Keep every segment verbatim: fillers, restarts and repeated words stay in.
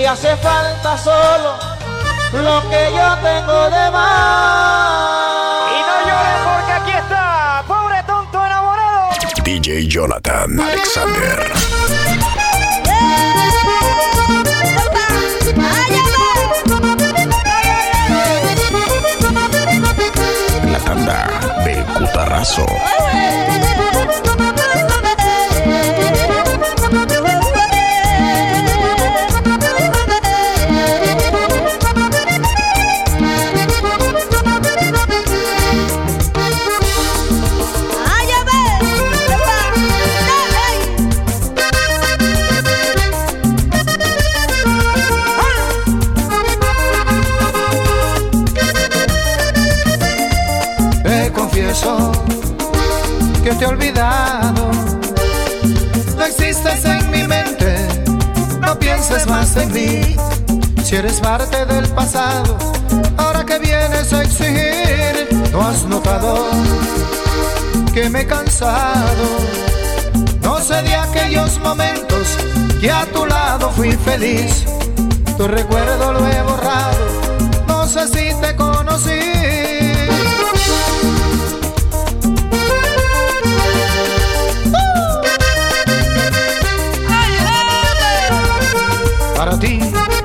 hace falta solo lo que yo tengo de más. Y no lloren porque aquí está, pobre tonto enamorado. D J Jonathan Alexander. La tanda de Cutarrazo. Que te he olvidado, no existes en mi mente, no pienses más en mí. Si eres parte del pasado, ahora que vienes a exigir, no has notado que me he cansado. No sé de aquellos momentos que a tu lado fui feliz. Tu recuerdo lo he borrado, no sé si te conocí. Para ti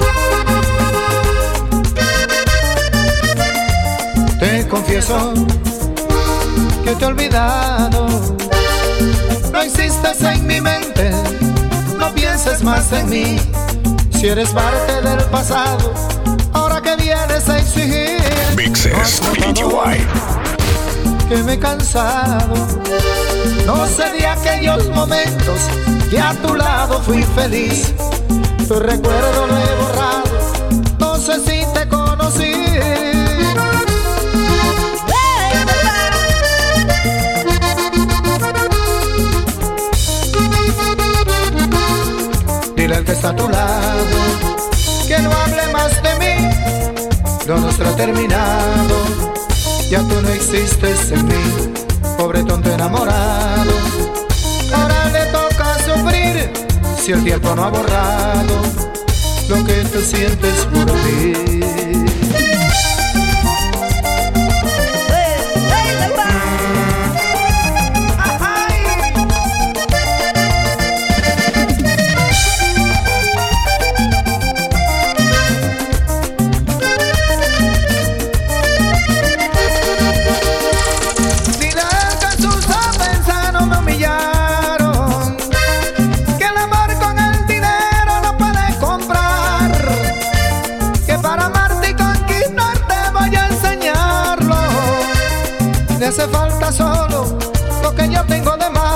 te confieso que te he olvidado, no existes en mi mente, no pienses más en mí. Si eres parte del pasado, ahora que vienes a exigir, Mixes P T Y. Que me he cansado, no sé de aquellos momentos que a tu lado fui feliz. Tu recuerdo lo he borrado, no sé si te conocí. Dile al que está a tu lado que no hable más de mí, lo nuestro ha terminado, ya tú no existes en mí, pobre tonto enamorado. Ahora le toca sufrir si el tiempo no ha borrado lo que tú sientes por mí. Me hace falta solo lo que yo tengo de más.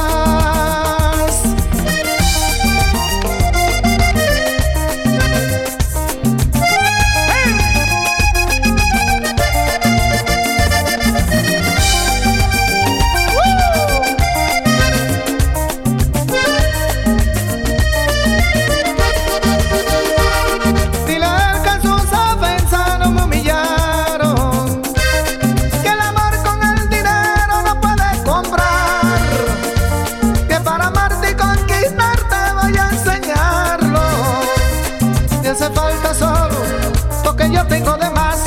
Dile al que en sus ofensas no me humillaron, que el amor con el dinero no puede comprar, que para amarte y conquistarte voy a enseñarlo. Me hace falta solo lo que yo tengo de más.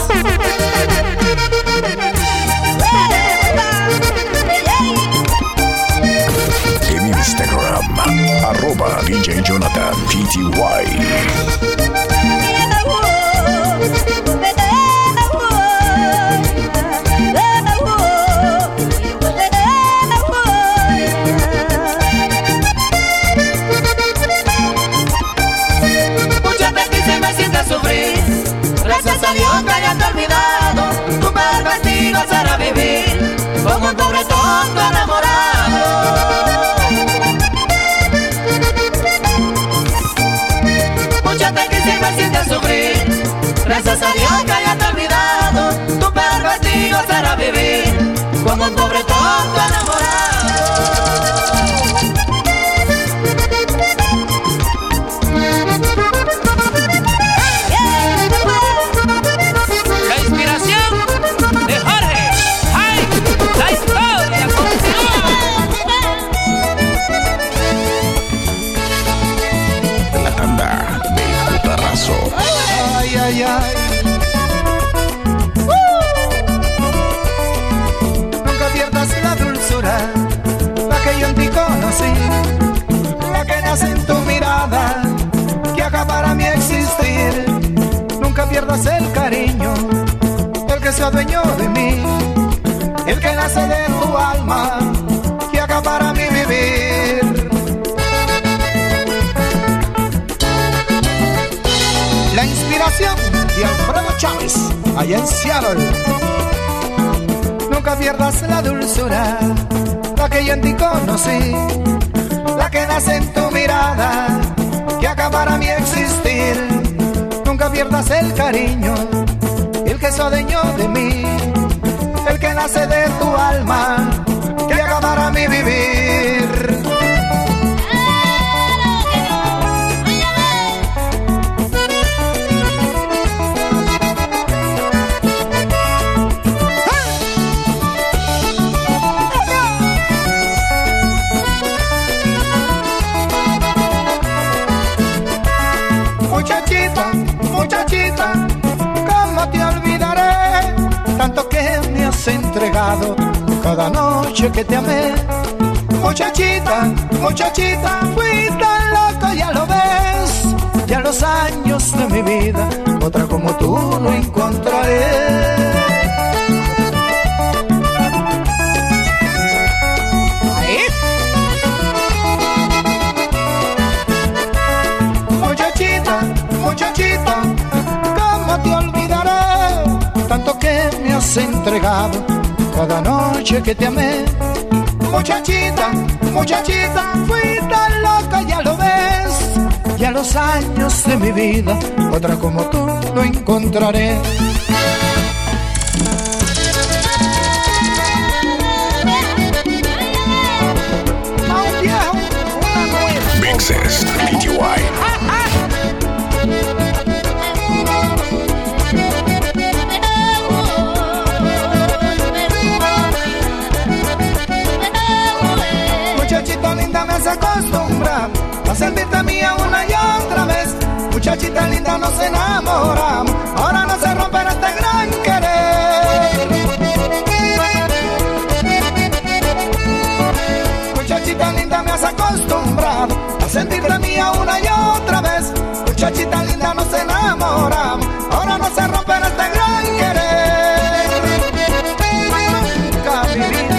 En Instagram, arroba D J Jonathan P T Y. Muchas veces se me siente sufrir, gracias a Dios me hayas olvidado. Tu peor castigo será vivir como un pobre tonto enamorado. Muchas veces ay, ay. Nunca pierdas la dulzura, la que yo en ti conocí, la que nace en tu mirada, que acabara mi existir. Nunca pierdas el cariño, el que sea dueño de mí, el que nace de tu alma, que acabara mi vivir. La inspiración de Alfredo Chávez, allá en Seattle. Nunca pierdas la dulzura, la que yo en ti conocí, la que nace en tu mirada, que acabara mi existir. Nunca pierdas el cariño, el que sea dueño de mí, el que nace de tu alma, que acabara mi vivir. Muchachita, muchachita, ¿cómo te olvidaré? Tanto que me has entregado cada noche que te amé. Muchachita, muchachita, fui tan loco, ya lo ves. Ya los años de mi vida, otra como tú no encontraré. Muchachita, ¿cómo te olvidaré? Tanto que me has entregado cada noche que te amé. Muchachita, muchachita, fui tan loca, ya lo ves. Ya los años de mi vida, otra como tú no encontraré. Mixes P T Y. Muchachita linda, me has acostumbrado a sentirte mía una y otra vez. Muchachita linda, nos enamoramos, ahora no se romperá este gran querer. Muchachita linda, me has acostumbrado a sentirte mía una y otra vez. Muchachita linda, nos enamoramos, ahora no se romperá este gran querer. Nunca viví.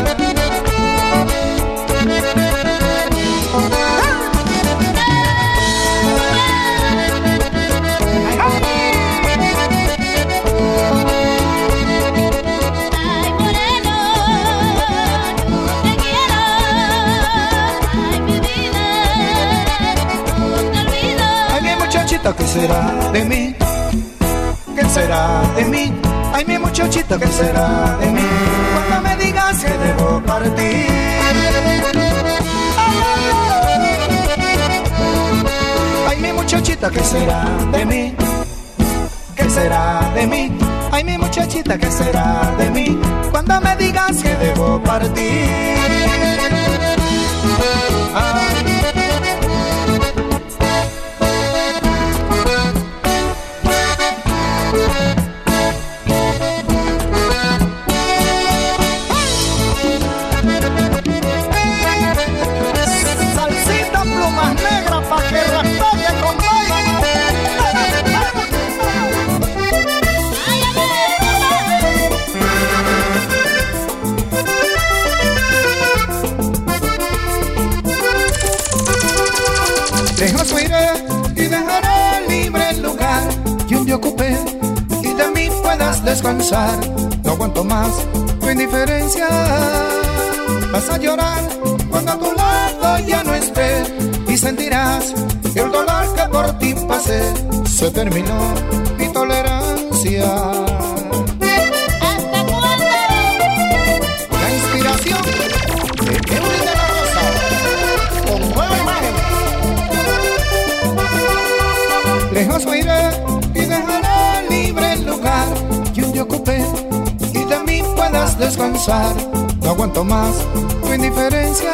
¿Qué será de mí? ¿Qué será de mí? Ay, mi muchachita, ¿qué será de mí? Cuando me digas que debo partir. Ay, mi muchachita, ¿qué será de mí? ¿Qué será de mí? Ay, mi muchachita, ¿qué será de mí? Cuando me digas que debo partir. Ay. Lejos me iré y dejaré libre el lugar que un día ocupé y de mí puedas descansar. No aguanto más tu indiferencia. Vas a llorar cuando a tu lado ya no esté y sentirás que el dolor que por ti pasé se terminó mi tolerancia. ¿Hasta cuándo? La inspiración de Kevin de la Rosa con nueva imagen. Lejos me iré y dejaré libre el lugar que un día ocupé y de mí puedas descansar. No aguanto más tu indiferencia.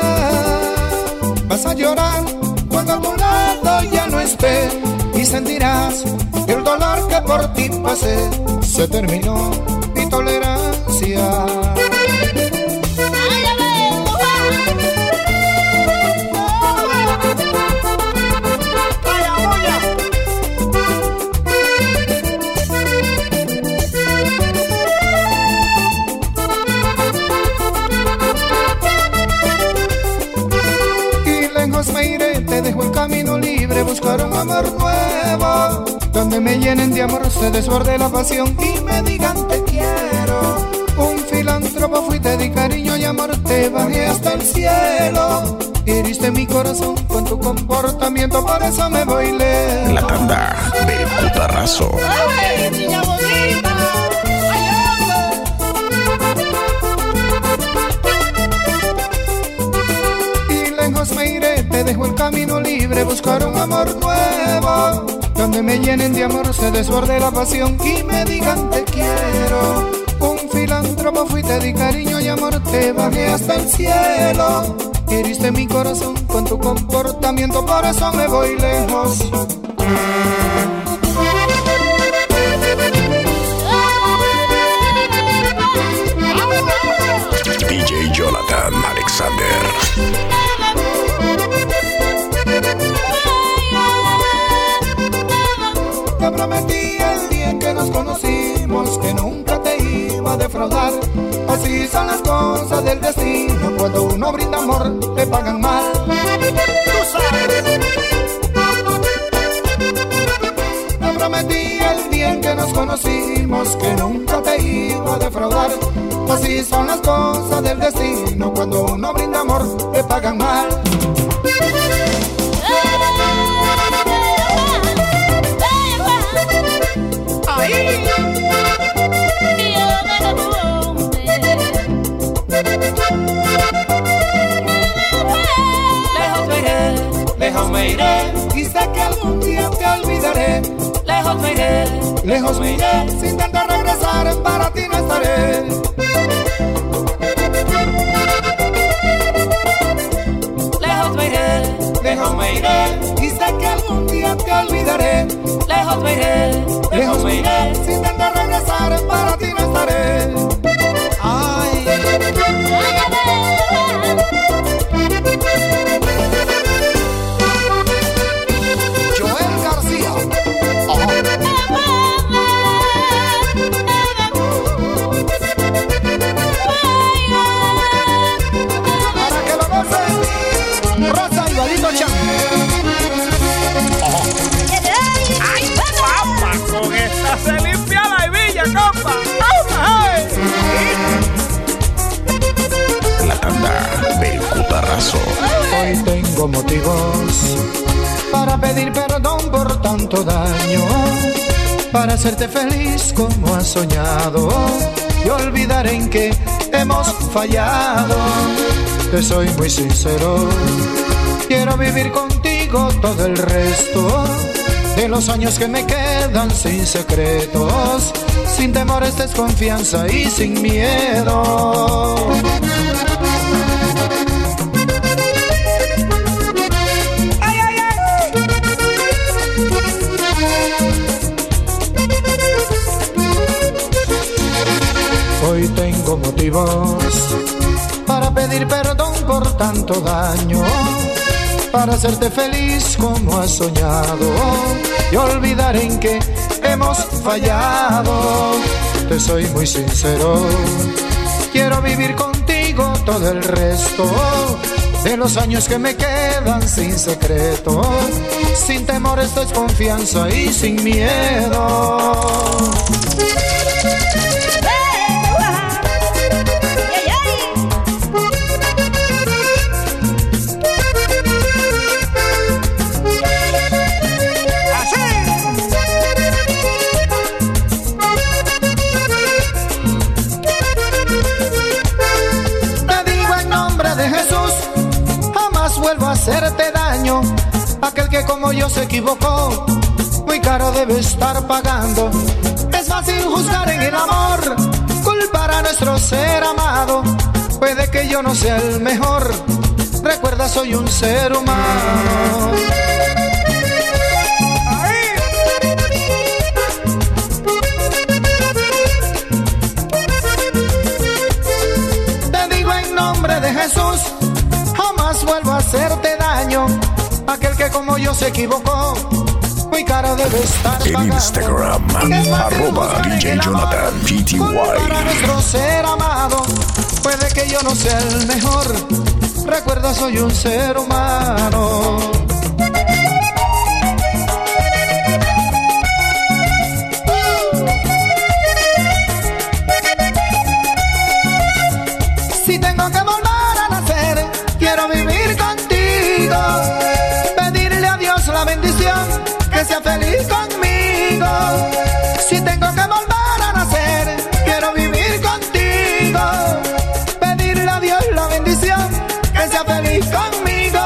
Vas a llorar cuando a tu lado ya no esté y sentirás El dolor que por ti pasé, se terminó mi tolerancia. Me iré, te dejo el camino libre, buscar un amor nuevo, donde me llenen de amor, se desborde la pasión y me digan te quiero. Un filántropo fui, te di cariño y amor, te bajé hasta el cielo. Heriste mi corazón con tu comportamiento, por eso me voy lejos. La tanda del cutarrazo. ¡Ay, niña bonita! Me iré, te dejo el camino libre, buscar un amor nuevo, donde me llenen de amor, se desborde la pasión y me digan te quiero. Un filántropo fui, te di cariño y amor, te bajé hasta el cielo. Heriste mi corazón con tu comportamiento, por eso me voy lejos. D J Jonathan Alexander. Te prometí el día en que nos conocimos que nunca te iba a defraudar. Así son las cosas del destino, cuando uno brinda amor te pagan mal. Tú sabes. Te prometí el día en que nos conocimos que nunca te iba a defraudar. Así son las cosas del destino, cuando uno brinda amor te pagan mal. Lejos me iré, Lejos me iré, y sé que algún día te olvidaré. lejos me iré, Lejos me iré, sin intentar regresar, para ti no estaré. lejos me iré, Lejos me iré, y sé que algún día te olvidaré. lejos me iré, Lejos me iré, sin intentar regresar, para ti no estaré. Ay. Joel García. Para que lo gocen, Rosa y Valito Chan. ¡Ay, papá! Con esta se limpia la hebilla, compa. ¡Ay! La tanda del cutarrazo. Hoy tengo motivos para pedir perdón por tanto daño, para hacerte feliz como has soñado y olvidar en que hemos fallado. Te soy muy sincero, quiero vivir contigo todo el resto de los años que me quedan sin secretos, sin temores, desconfianza y sin miedo. Hoy tengo motivos para pedir perdón por tanto daño, para hacerte feliz como has soñado y olvidar en que hemos fallado. Te soy muy sincero, quiero vivir contigo todo el resto de los años que me quedan sin secreto, sin temores, desconfianza y sin miedo. Vuelvo a hacerte daño, aquel que como yo se equivocó, muy caro debe estar pagando. Es fácil juzgar en el amor, culpar a nuestro ser amado. Puede que yo no sea el mejor, recuerda soy un ser humano. aquel que como yo se equivocó, muy cara debe estar En pagando. Instagram, Es fácil arroba buscar en D J el amor Jonathan P T culpar a Y. nuestro ser amado. Puede que yo no sea el mejor, recuerda soy un ser humano. Si tengo que volver a nacer, quiero vivir contigo, pedirle a Dios la bendición, que sea feliz conmigo. Si tengo que volver a nacer, quiero vivir contigo, pedirle a Dios la bendición, que sea feliz conmigo.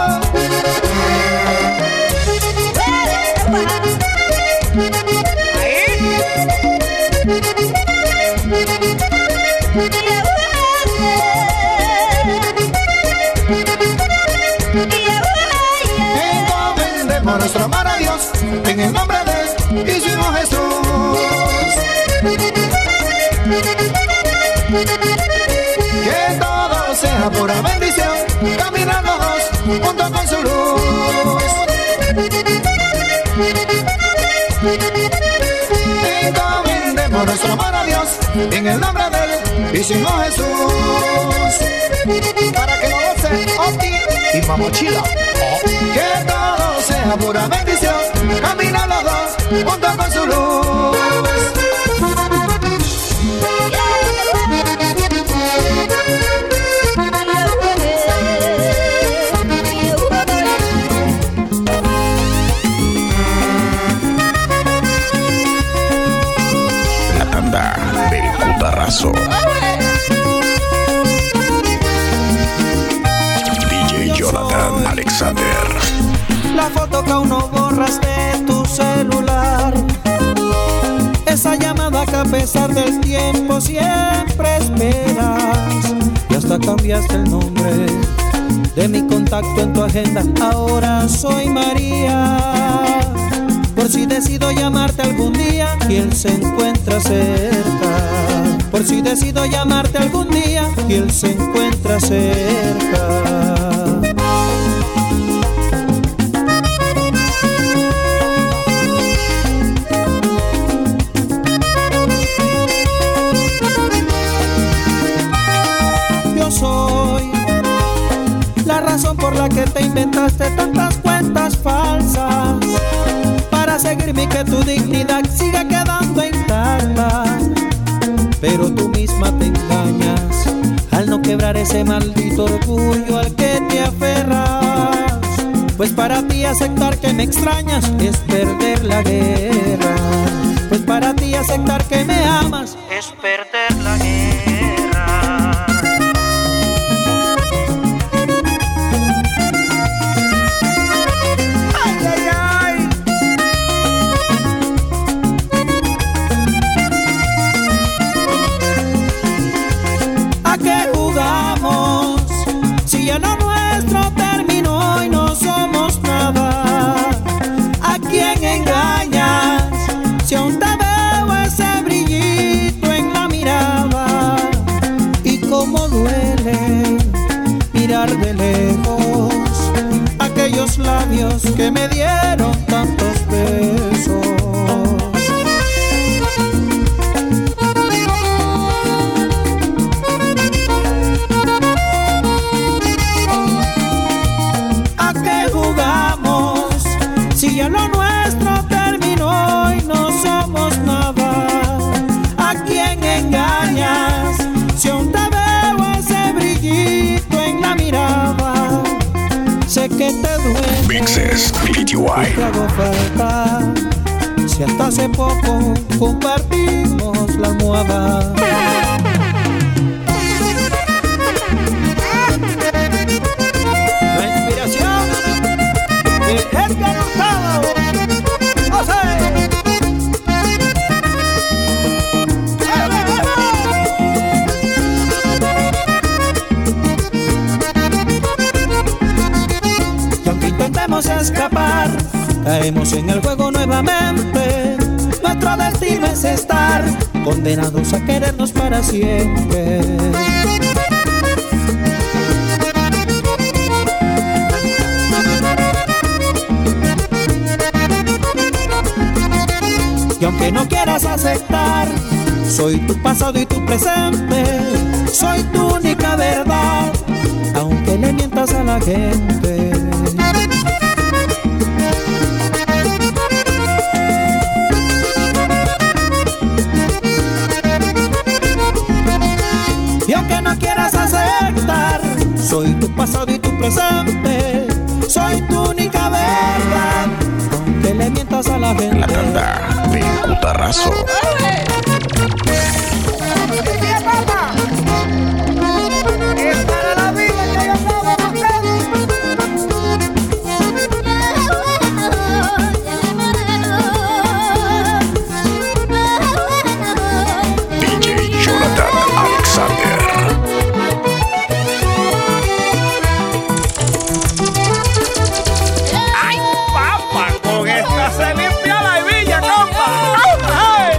Encomendemos nuestro amor a Dios, en el nombre de y su Hijo Jesús. Que todo sea pura bendición, caminar los dos junto con su luz. Encomendemos nuestro amor a Dios, en el nombre de él y su Hijo Jesús. Para que lo goce Oti y Mamochila. Que todo sea pura bendición, caminar los dos junto con su luz. La tanda del putarazo. D J Jonathan Alexander. La foto que aún no borras de tu celular, esa llamada que a pesar del tiempo siempre esperas, y hasta cambiaste el nombre de mi contacto en tu agenda. Ahora soy María, por si decido llamarte algún día y él se encuentra cerca. Por si decido llamarte algún día y él se encuentra cerca. Soy la razón por la que te inventaste tantas cuentas falsas, para seguirme y que tu dignidad siga quedando intacta. Pero tú misma te engañas al no quebrar ese maldito orgullo al que te aferras. Pues para ti aceptar que me extrañas es perder la guerra. Pues para ti aceptar que me amas es perder la guerra. Ya lo nuestro terminó y no somos nada. ¿A quién engañas? Si aún te veo ese brillito en la mirada. Y cómo duele mirar de lejos aquellos labios que me dieron tantos besos. Si ya lo nuestro terminó y no somos nada, ¿a quién engañas? Si aún te veo ese brillito en la mirada, sé que te duele, Mixes P T Y. te hago falta. Si hasta hace poco compartimos la almohada. La inspiración de Edgar Hurtado. ¡José! Y aunque intentemos escapar, caemos en el juego nuevamente. Nuestro destino es estar condenados a querernos para siempre. Y aunque no quieras aceptar, soy tu pasado y tu presente, soy tu única verdad, aunque le mientas a la gente. Y aunque no quieras aceptar, soy tu pasado y tu presente, soy tu única verdad, aunque le mientas a la gente. La tanda del Cutarrazo. Es para la vida que yo estaba buscando. D J Jonathan Alexander. ¡Ay, papá! Con esta se limpia la hebilla, compa. ¡Ay!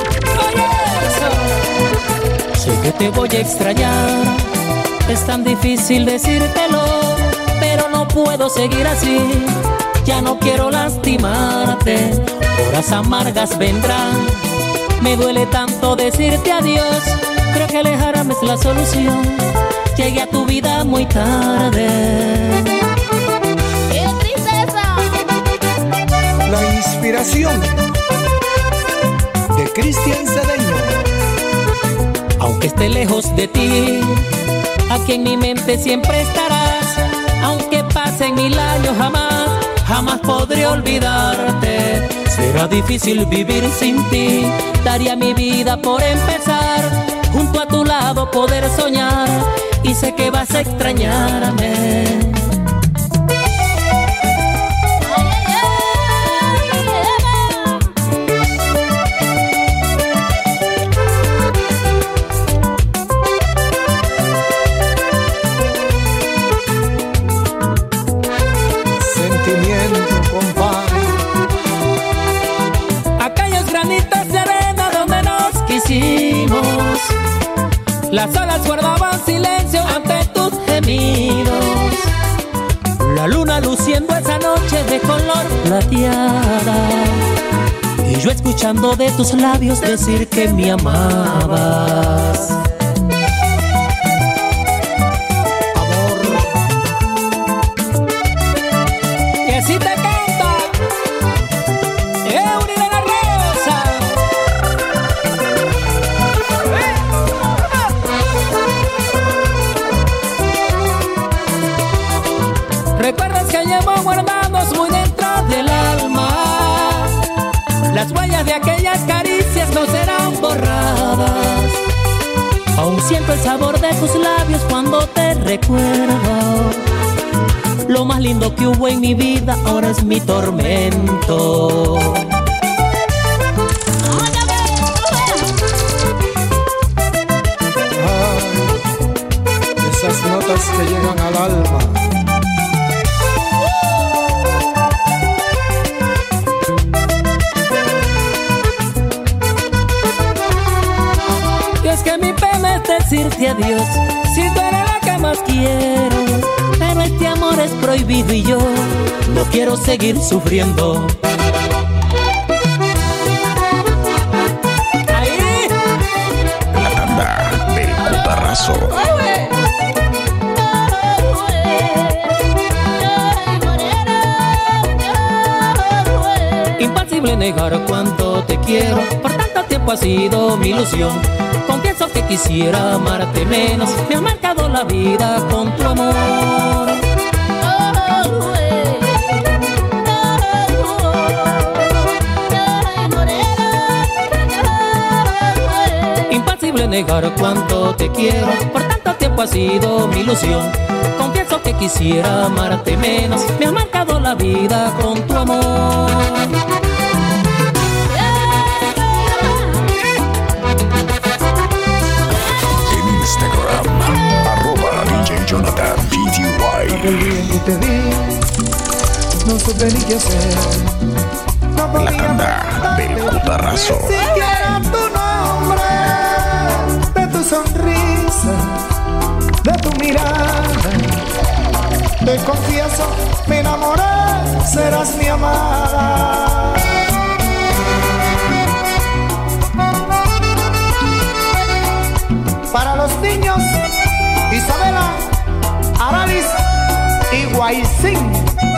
Sé que te voy a extrañar, es tan difícil decírtelo, pero no puedo seguir así. Ya no quiero lastimarte, horas amargas vendrán. Me duele tanto decirte adiós, creo que alejarme es la solución. Llegué a tu vida muy tarde. ¡Qué tristeza! La inspiración de Cristian Cedeño. Aunque esté lejos de ti, aquí en mi mente siempre estarás. Aunque pasen mil años jamás, jamás podré olvidarte. Será difícil vivir sin ti, daría mi vida por empezar. Junto a tu lado poder soñar, y sé que vas a extrañarme. Las olas guardaban silencio ante tus gemidos. La luna luciendo esa noche de color plateada, y yo escuchando de tus labios decir que me amabas. Amor. Y así te canta Eury de la Rosa. Recuerdas que llevo guardados muy dentro del alma. Las huellas de aquellas caricias no serán borradas. Aún siento el sabor de tus labios cuando te recuerdo. Lo más lindo que hubo en mi vida ahora es mi tormento. Ay, esas notas que llegan al alma. Que mi pena es decirte adiós, si tú eres la que más quiero. Pero este amor es prohibido y yo no quiero seguir sufriendo. Ahí. La tanda del Cutarrazo. Imposible negar cuánto te quiero, por tanto tiempo ha sido mi ilusión. Confieso que quisiera amarte menos, me ha marcado la vida con tu amor. Imposible negar cuánto te quiero, por tanto tiempo ha sido mi ilusión. Confieso que quisiera amarte menos, me ha marcado la vida con tu amor. Jonathan P T Y. Aquel día que te vi, no supe ni qué hacer. No La podía tanda del Cutarrazo. ni siquiera tu nombre, de tu sonrisa, de tu mirada. Te confieso, me enamoré, serás mi amada. Guaycín.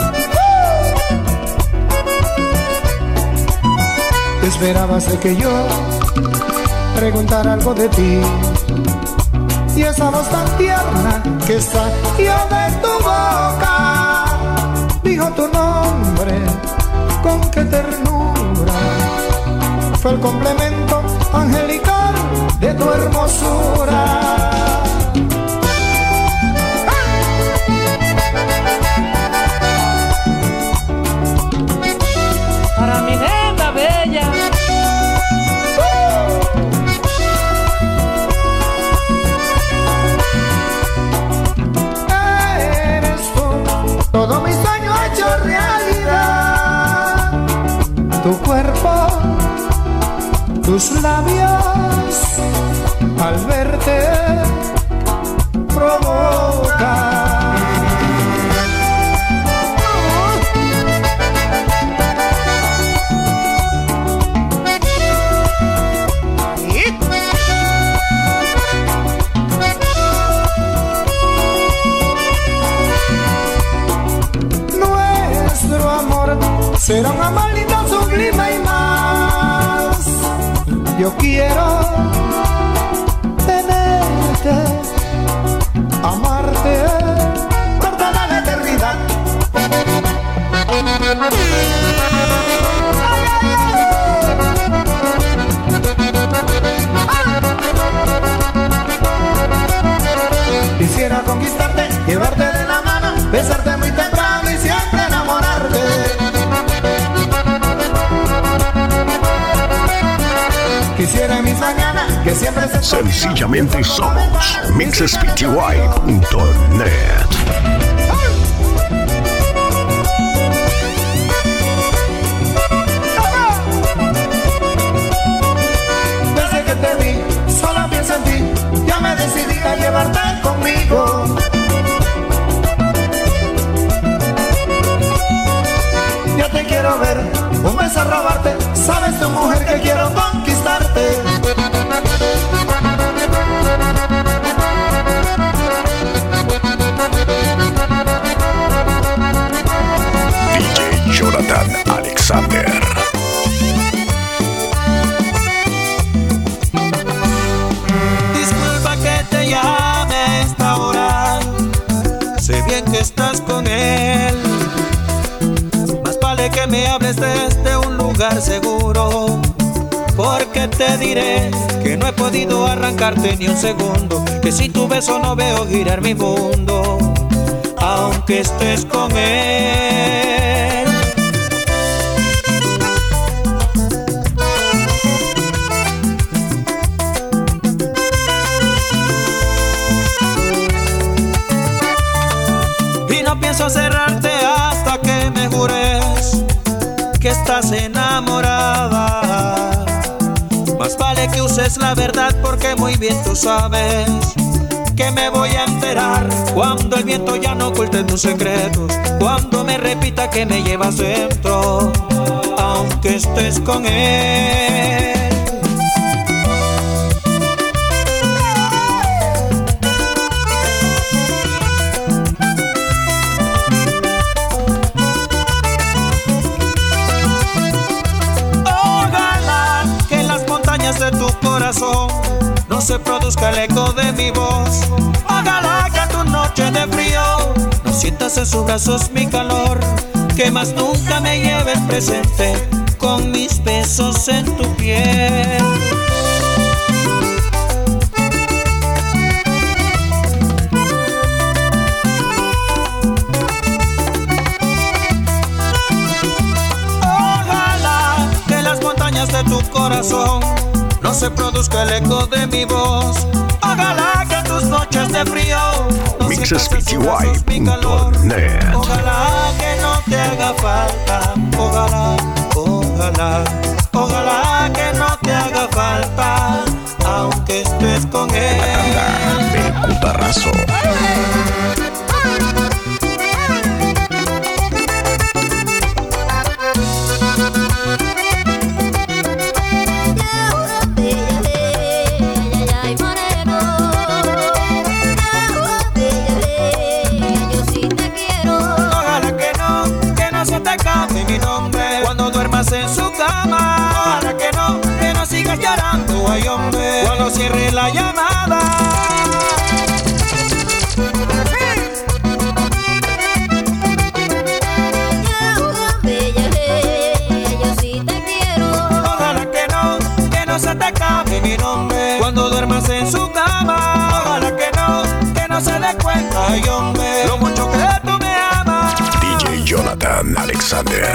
Esperabas de que yo preguntara algo de ti, y esa voz tan tierna que salió de tu boca dijo tu nombre con qué ternura. Fue el complemento angelical de tu hermosura. Para mi nena bella, eres tú, todo mi sueño hecho realidad. Tu cuerpo, tus labios, al verte provocan. Será un amor lindo, sublime y más. Yo quiero tenerte, amarte por toda la eternidad. Quisiera conquistarte, llevarte de la mano, besarte muy temprano y siempre enamorarte. Quisiera en mis mañanas que siempre se... Sencillamente somos mixes p t y punto net. Desde que te vi, solo pienso en ti. Ya me decidí a llevarte conmigo. Ya te quiero ver, un beso a robarte. Sabes tu mujer que quiero conquistarte. D J Jonathan Alexander. Disculpa que te llame a esta hora, sé bien que estás con él. Más vale que me hables desde un lugar seguro, porque te diré que no he podido arrancarte ni un segundo, que sin tu beso no veo girar mi mundo, aunque estés con él. Y no pienso cerrarte hasta que me jures que estás enamorada. Más vale que uses la verdad, porque muy bien tú sabes que me voy a enterar cuando el viento ya no oculte tus secretos, cuando me repita que me llevas dentro, aunque estés con él. De tu corazón no se produzca el eco de mi voz. Ojalá que a tu noche de frío no sientas en sus brazos mi calor, que más nunca me lleves presente con mis besos en tu piel. Ojalá que las montañas de tu corazón no se produzca el eco de mi voz. Ojalá que tus noches de frío no mixes sientas p en t sus brazos y mi punto calor. net. Ojalá que no te haga falta. Ojalá, ojalá, ojalá que no te haga falta, aunque estés con él. El cutarrazo. Yo sí te quiero. mi nombre cuando duermas en su cama. Para que no, que no sigas llorando, ay hombre, cuando cierre la llamada. Se te acabe mi nombre cuando duermas en su cama. Ojalá que no, que no se dé cuenta, ay hombre, lo mucho que tú me amas. D J Jonathan Alexander.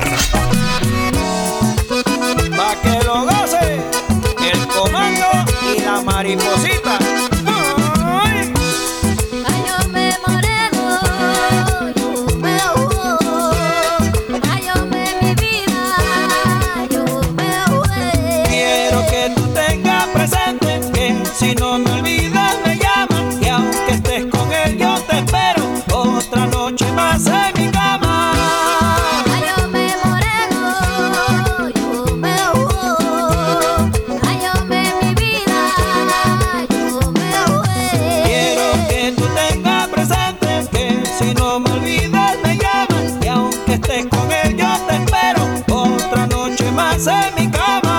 Pa' que lo goce el comando y la mariposita. Ay. Ay, hombre moreno, yo me ahogo. Ay, hombre mi vida, yo me ahogué. Quiero que tú tengas presente que si no me olvidas me llamas, y aunque estés con él yo te espero otra noche más en mi cama. Ay, hombre moreno, yo me ahogo. Ay, hombre mi vida, yo me ahogué. Quiero que tú tengas presente que si no me olvidas me llamas, y aunque estés con él yo te espero otra noche más en mi cama.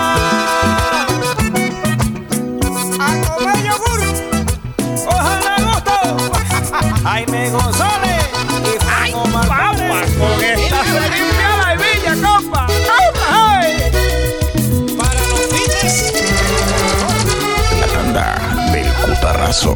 Ay, me González y Franco Martínez. Con esta se limpia la hebilla, compa. ¡Ay! Para los fiches. La tanda del cutarrazo.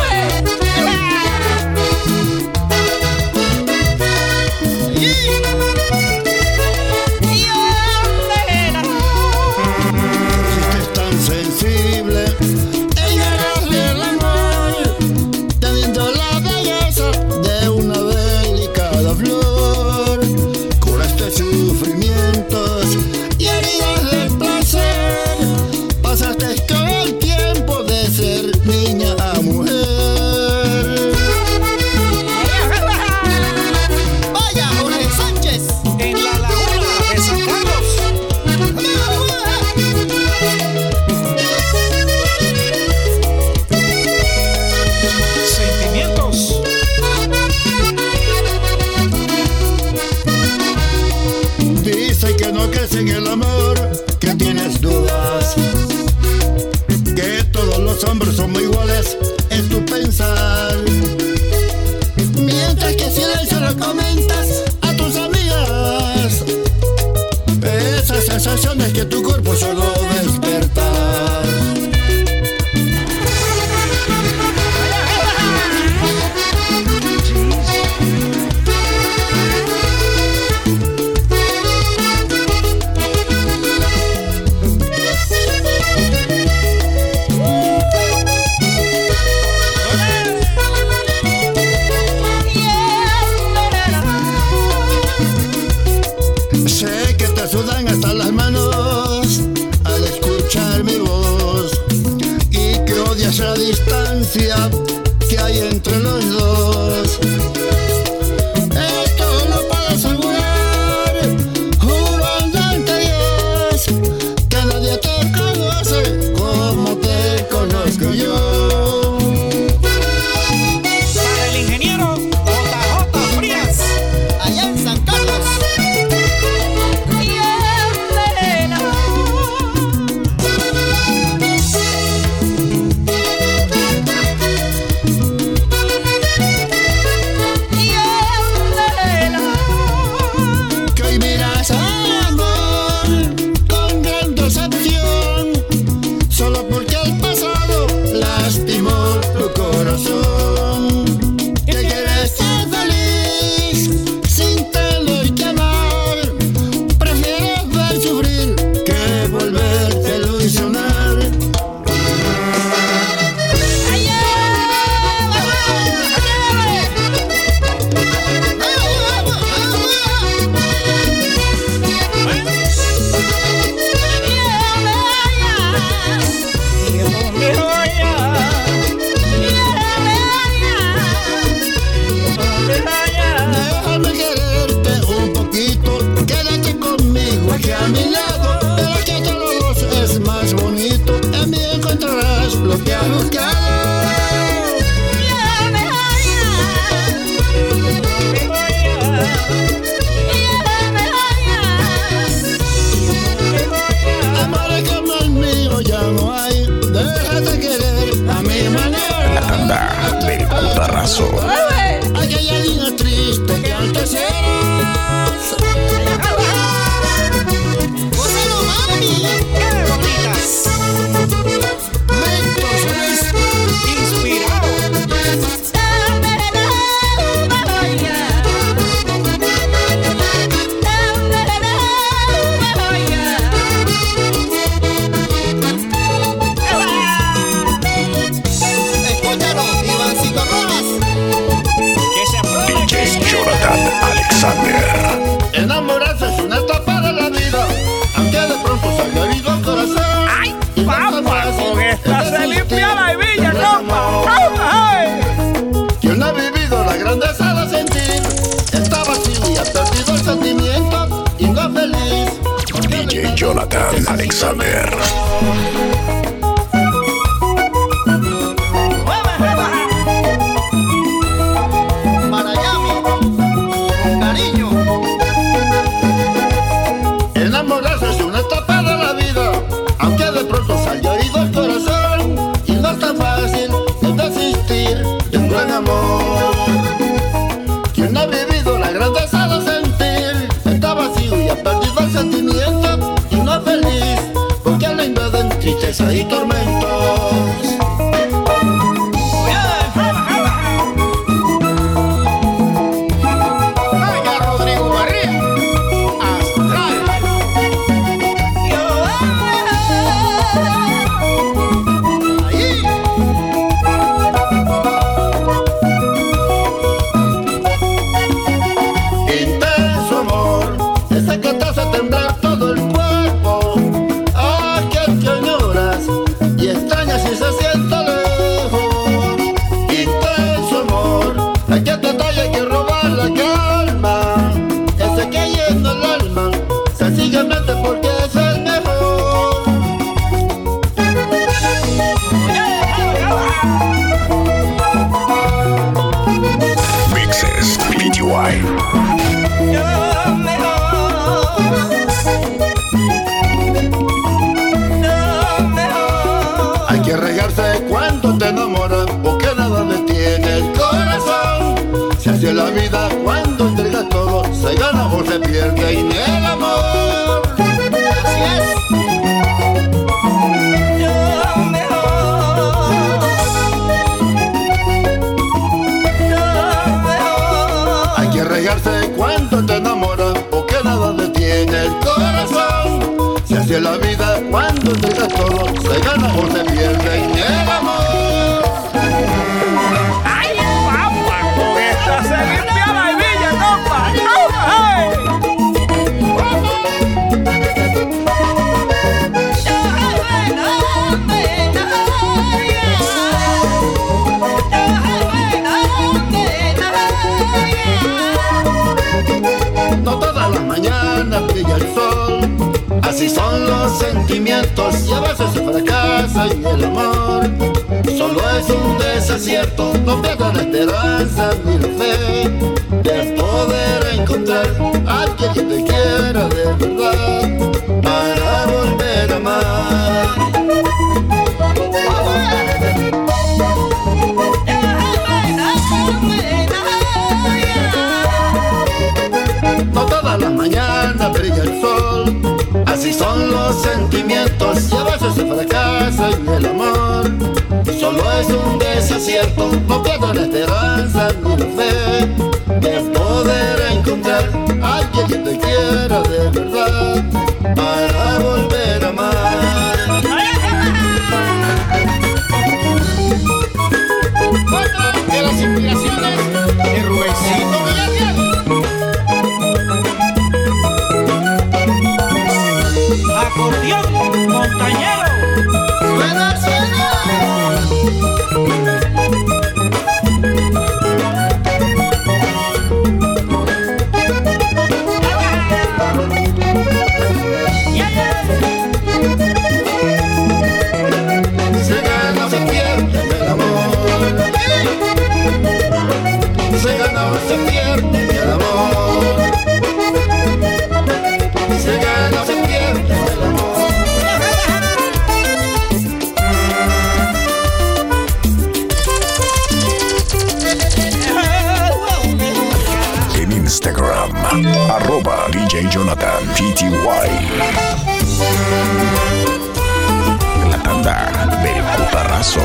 Es tan sensible, ella es el amor, teniendo la belleza de una delicada flor, curaste sufrimientos y heridas del placer, pasaste todo el tiempo de ser niña a mujer. Vaya, Jorge Sánchez, En la laguna de San Carlos. Sentimientos. Dice que no crees en el amor, que tienes dudas, que todos los hombres somos iguales, es tu pensar. Mientras que silencio lo comentas a tus amigas, esas sensaciones que tu cuerpo solo despertar. Sé que te sudan hasta las manos al escuchar mi voz y que odias la distancia que hay entre los dos. Esto lo puedo asegurar, juro ante Dios, que nadie te conoce como te conozco yo. Para el ingeniero J J Frías, Allá en San Carlos. Que hoy miras al amor con gran decepción, solo porque el pasado lastimó tu corazón. Que quieres ser feliz sin tener que amar, prefieres ver sufrir que volverte a ilusionar. Déjame quererte un poquito, quédate conmigo aquí a mi lado. Pero que entre los dos es más bonito, en mí encontrarás lo que has buscado. Paso. Aquella niña triste que antes eras. ¡Gózalo, mami! ¡Qué bonitas! Mentor Solís, Inspirado. escúchalo, Ivancito Rojas. Que se apruebe. D J Jonathan Alexander. Enamorarse es una etapa de la vida, aunque de pronto salga herido el corazón. ¡Ay, Y no es tan papá! fácil Con esta es se desistir limpia la hebilla, del compa. amor. ¡Ay! Quien no ha vivido la grandeza de sentir, está vacío y ha perdido el sentimiento y no es feliz. D J Jonathan Alexander. Miami, con cariño. Enamorarse es una etapa de la vida, aunque de pronto salga herido el corazón. Y no es tan fácil es desistir de un gran amor. Quien no ha vivido la grandeza de sentir, está vacío y ha perdido el sentimiento y no es feliz, porque le invaden tristeza y tormentos. Vaya Rodrigo Barría, astral. Ahí. Intenso amor, ese que te hace temblar todo el cuerpo. Aquel que añoras y extrañas y se siente lejos. Intenso amor, el que te talla y que roba la calma. Ese que llena el alma, sencillamente porque es el mejor. Mixes P T Y. Hay que regarse cuando te enamoran, porque nada detiene el corazón. Se hace la vida cuando entrega todo, se gana o se pierde en el amor. Así es. Hay que regarse cuando te enamoran, porque nada detiene el corazón. Se hace la vida cuando entregas todo, se gana o se pierde en el amor. ¡Ay, papá! Con esta se limpia la hebilla, compa. ¡Ay! No todas las mañanas brilla el sol, así son los sentimientos y a veces se fracasa en el amor. Solo es un desacierto, no pierdan la esperanza ni la fe de poder encontrar a alguien que te quiera de verdad para volver a amar. No todas las mañanas brilla el sol, así son los sentimientos y a veces se fracasa en el amor. Solo es un desacierto, no pierdan la esperanza ni la fe de poder encontrar a alguien que te quiera de verdad para volver a amar. Otra de las inspiraciones de Rubencito Villarreal. Acordeón montañero. Suena, suena. Se gana o se pierde el amor. Se gana o se pierde el amor. Se gana o se pierde el amor. La tanda del putarrazo.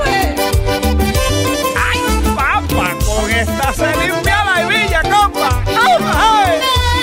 ¡Ay, papá! Con esta se limpia la hebilla, compa. ¡Ay!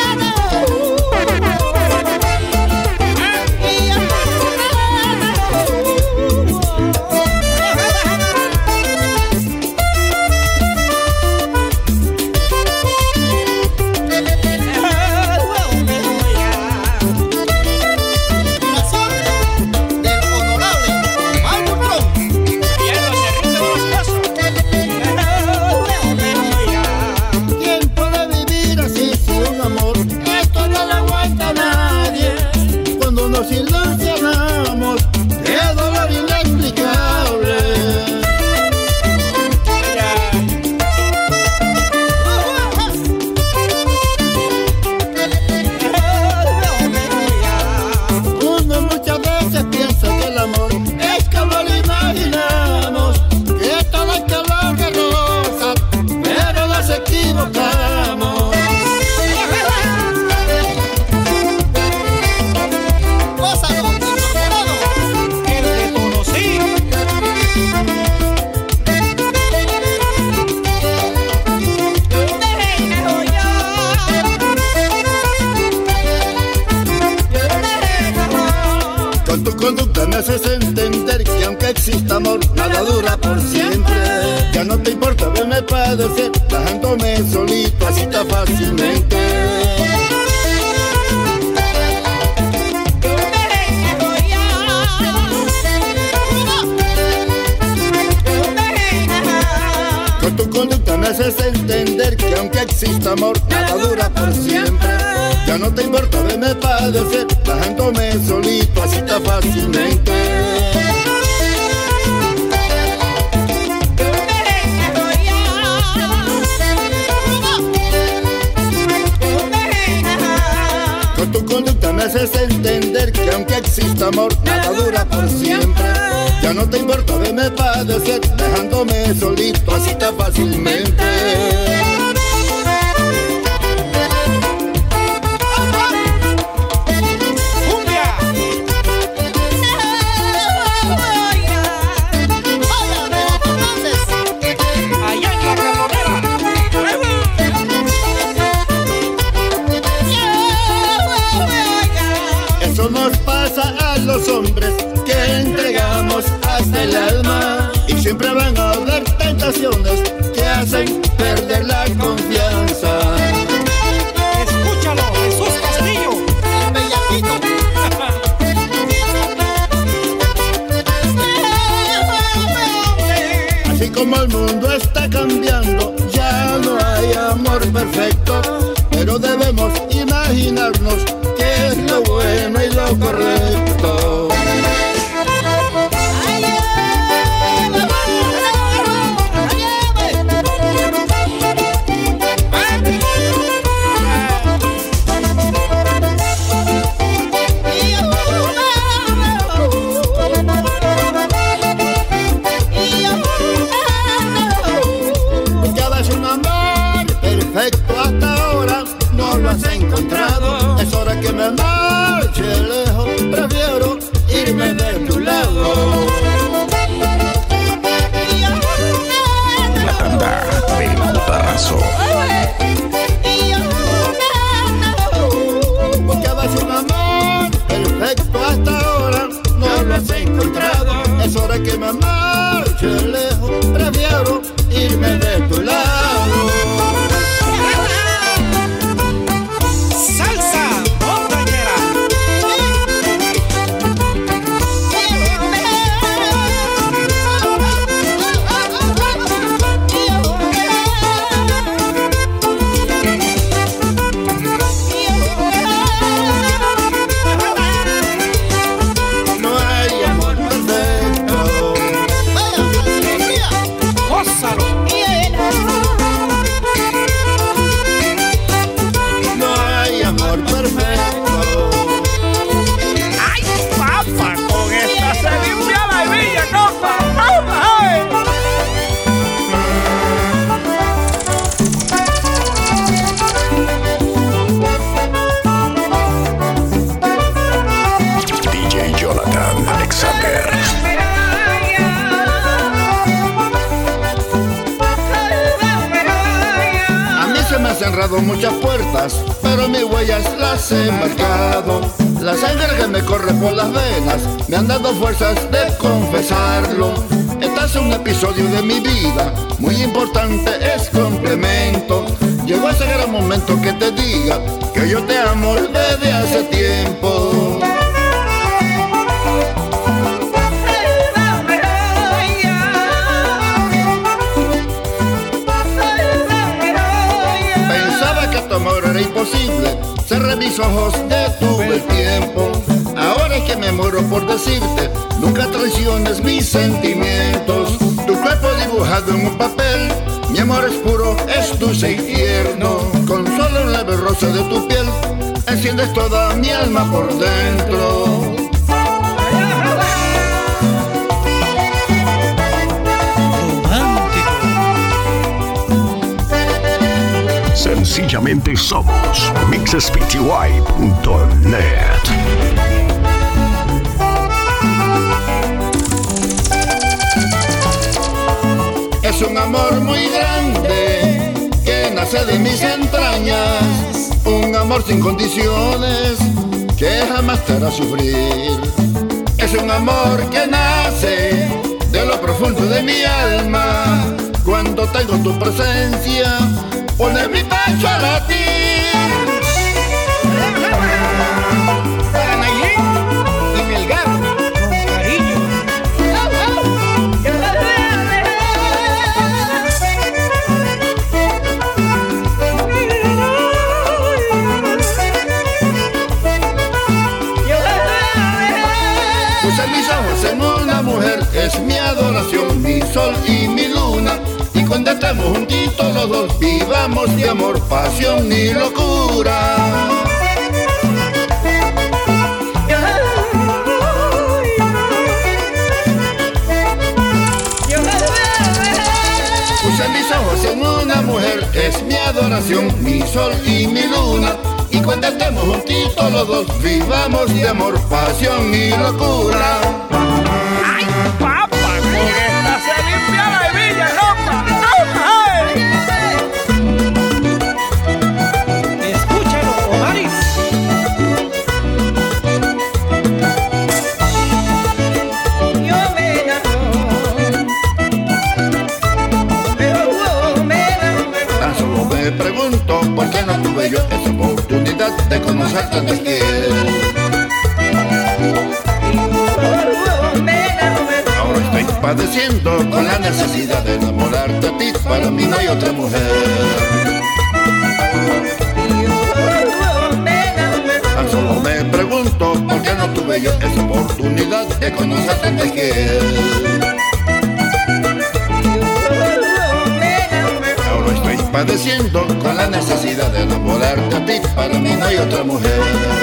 haces entender que aunque exista amor, nada dura por siempre. Ya no te importa verme padecer, dejándome solito así tan fácilmente. Con tu conducta me haces entender que aunque exista amor, nada dura por siempre. Ya no te importa verme padecer, dejándome solito así tan fácilmente. Con tu conducta me haces entender que aunque exista amor, nada dura por siempre. Ya no te importa verme padecer, dejándome solito así tan fácilmente. Los hombres que entregamos hasta el alma, y siempre van a haber tentaciones que hacen perder la confianza. Escúchalo, Jesús Castillo, el bellaquito. Así como el mundo está cambiando, ya no hay amor perfecto, pero debemos imaginarnos qué es lo bueno y lo correcto. Buscabas un amor perfecto hasta ahora, no lo has encontrado. Es hora que me marche lejos, prefiero irme de tu lado. La tanda del putarrazo. Buscabas un amor perfecto hasta ahora, no lo has encontrado. Es hora que me marche lejos, prefiero irme de tu lado. cerrado muchas puertas, pero mis huellas las he marcado. La sangre que me corre por las venas me han dado fuerzas de confesarlo. Este es un episodio de mi vida, muy importante, es complemento. Llegó ese gran momento que te diga que yo te amo desde hace tiempo. Pensaba que tu amor era imposible, cerré mis ojos, detuve el tiempo. Ahora es que me muero por decirte, nunca traiciones mis sentimientos. Tu cuerpo dibujado en un papel, mi amor es puro, es dulce y tierno. Con solo un leve roce de tu piel, enciendes toda mi alma por dentro. Sencillamente somos mixes p t y punto net. Es un amor muy grande que nace de mis entrañas, un amor sin condiciones que jamás te hará sufrir. Es un amor que nace de lo profundo de mi alma, cuando tengo tu presencia pone mi pecho a latir. Para Nailín y Melgar, con cariño. Puse mis ojos en una mujer, es mi adoración, mi sol y mi luna. Y cuando estemos juntitos los dos, vivamos de amor, pasión y locura. Puse mis ojos en una mujer, es mi adoración, mi sol y mi luna. Y cuando estemos juntitos los dos, vivamos de amor, pasión y locura. ¡Ay, papá! Con esta se limpia la hebilla, loca. Escúchalo, Omaris. Yo me enamoro, pero me enamoro. Tan solo me pregunto por qué no tuve yo esa oportunidad de conocerte antes que él. Ahora estoy padeciendo con la necesidad de enamorarte a ti, para mí no hay otra mujer. Tan solo me pregunto por qué no tuve yo esa oportunidad de conocerte antes que él. Ahora estoy padeciendo con la necesidad de enamorarte a ti, para mí no hay otra mujer.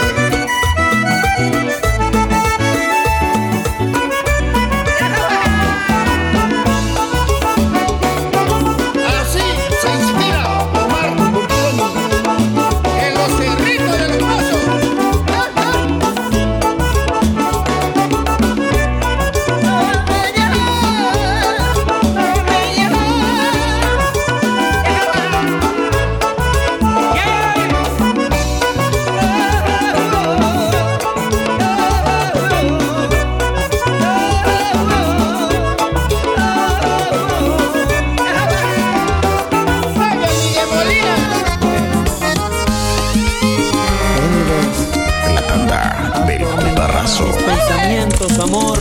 Pensamientos, amor.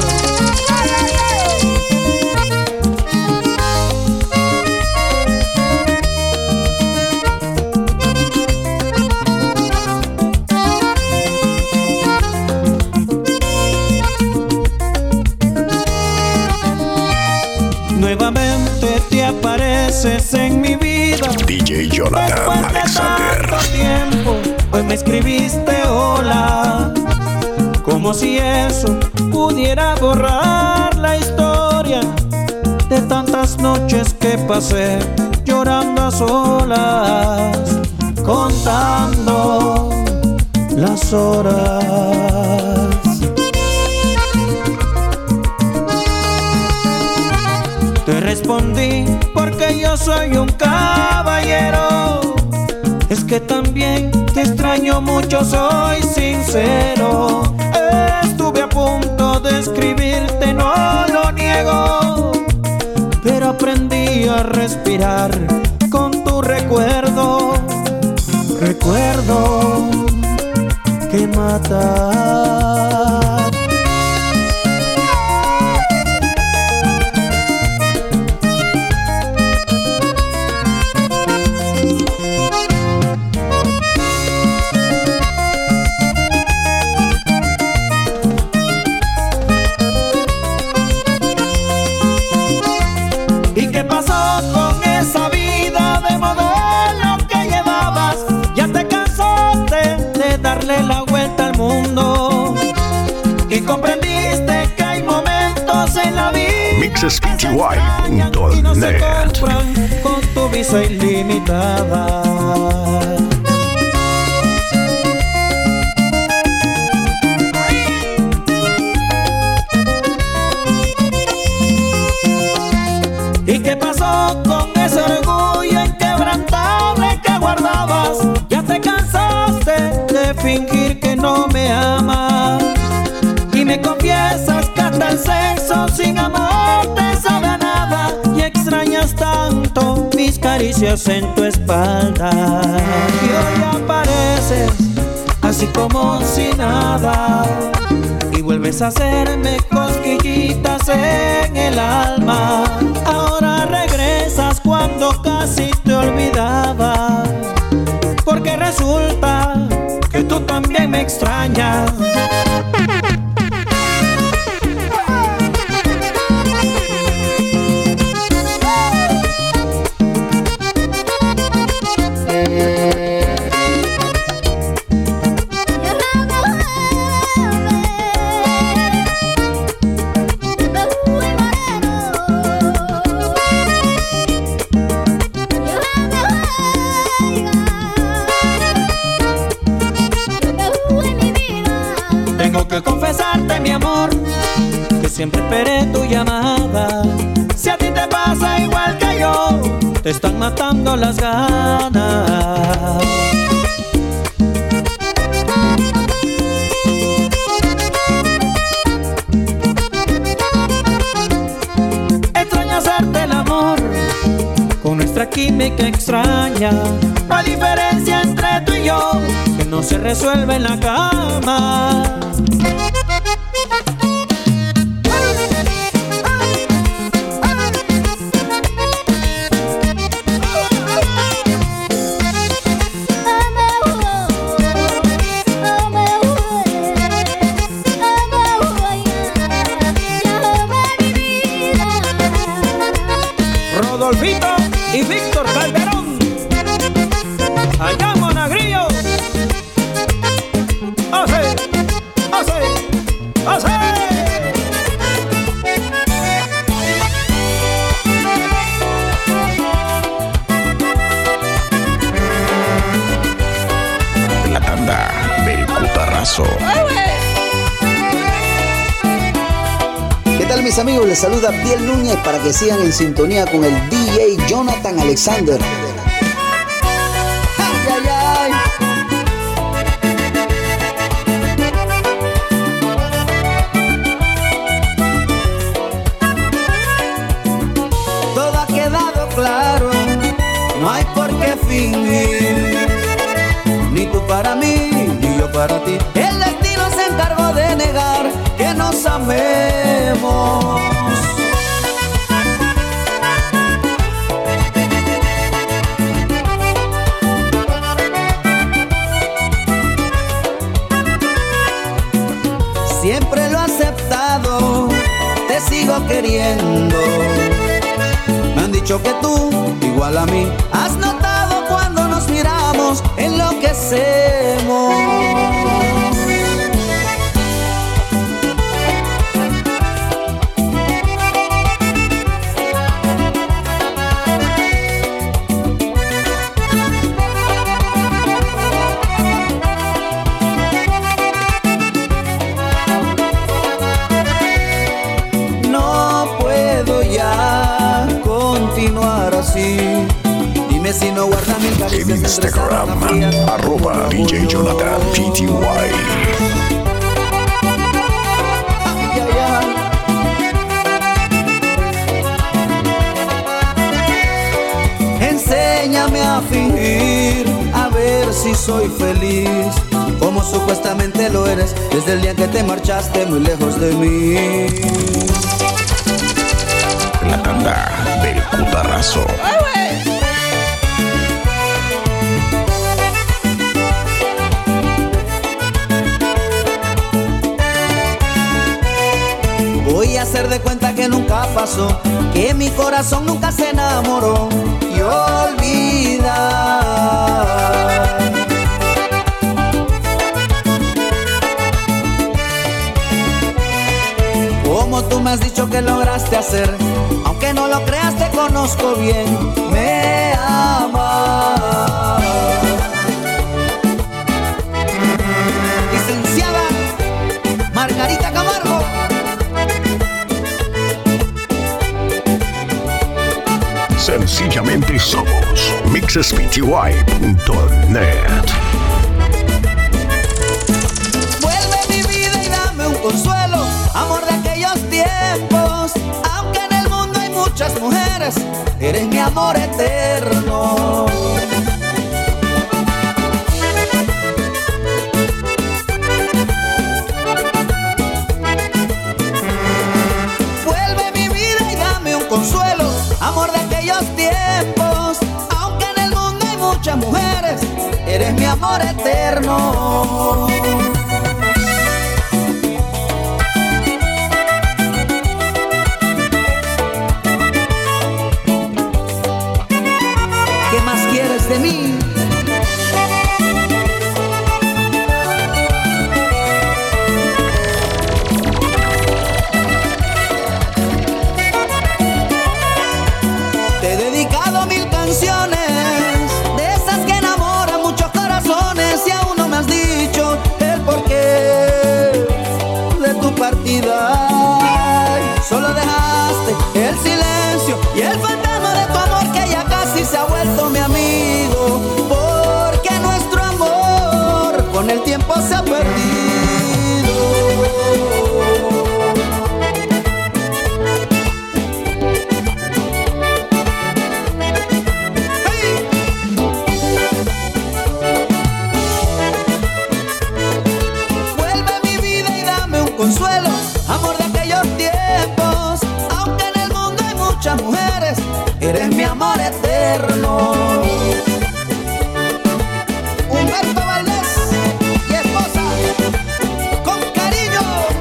Nuevamente te apareces en mi vida. D J Jonathan Después de Alexander. tanto tiempo, pues me escribiste hola, como si eso pudiera borrar la historia de tantas noches que pasé llorando a solas, contando las horas. Te respondí porque yo soy un caballero que también te extraño mucho, soy sincero. Estuve a punto de escribirte, no lo niego, pero aprendí a respirar con tu recuerdo. Recuerdo que mata. ¿Y qué pasó con esa vida de modelo que llevabas? Ya te cansaste de darle la vuelta al mundo y comprendiste que hay momentos en la vida mixes p t y punto y no se net. compran con tu visa ilimitada. ¿Y qué pasó con ese orgullo inquebrantable que guardabas? Ya te cansaste de fingir que no me amas y me confiesas que hasta el sexo sin amor te sabe a nada y extrañas tanto mis caricias en tu espalda. Y hoy apareces así como si nada y vuelves a hacerme cosquillitas en el alma. Ahora regresas cuando casi te olvidaba, porque resulta que tú también me extrañas. Tengo que confesarte, mi amor, que siempre esperé tu llamada. Si a ti te pasa igual que yo, te están matando las ganas. Extraño hacerte el amor con nuestra química extraña. No hay diferencia entre tú y yo que no se resuelve en la cama. Rodolfito y Víctor Calderón, allá Monagrillo. ¡Hace! ¡Hace! ¡Hace! La tanda del cutarrazo. ¿Qué tal, mis amigos? Les saluda Biel Núñez para que sigan en sintonía con el D J Jonathan Alexander. ¡Ay, ay, ay! Todo ha quedado claro, no hay por qué fingir, ni tú para mí, ni yo para ti. El destino se encargó de negar que nos amemos. Siempre lo he aceptado, te sigo queriendo. Me han dicho que tú, igual a mí, has notado cuando nos miramos, enloquecemos. si no guardas mil caricias En Instagram, arroba D J Jonathan P T Y. Enséñame a fingir, a ver si soy feliz, como supuestamente lo eres desde el día que te marchaste muy lejos de mí. La tanda del cutarrazo. Voy a hacer de cuenta que nunca pasó, que mi corazón nunca se enamoró y olvidar. Como tú me has dicho que lograste hacer, aunque no lo creas te conozco bien, me amas. Licenciada Margarita Camargo. Sencillamente somos mixes p t y punto net. Vuelve mi vida y dame un consuelo, amor de aquellos tiempos. Aunque en el mundo hay muchas mujeres, eres mi amor eterno. Vuelve mi vida y dame un consuelo, amor de aquellos tiempos. Aunque en el mundo hay muchas mujeres, eres mi amor eterno. ¿Qué más quieres de mí? Te he dedicado mil canciones, de esas que enamoran muchos corazones, y aún no me has dicho el porqué de tu partida. Solo dejaste el silencio y el fantasma de tu amor, que ya casi se ha vuelto mi amigo, porque nuestro amor con el tiempo se ha perdido. Consuelo, amor de aquellos tiempos. Aunque en el mundo hay muchas mujeres, eres mi amor eterno. Humberto Valdés y esposa, con cariño.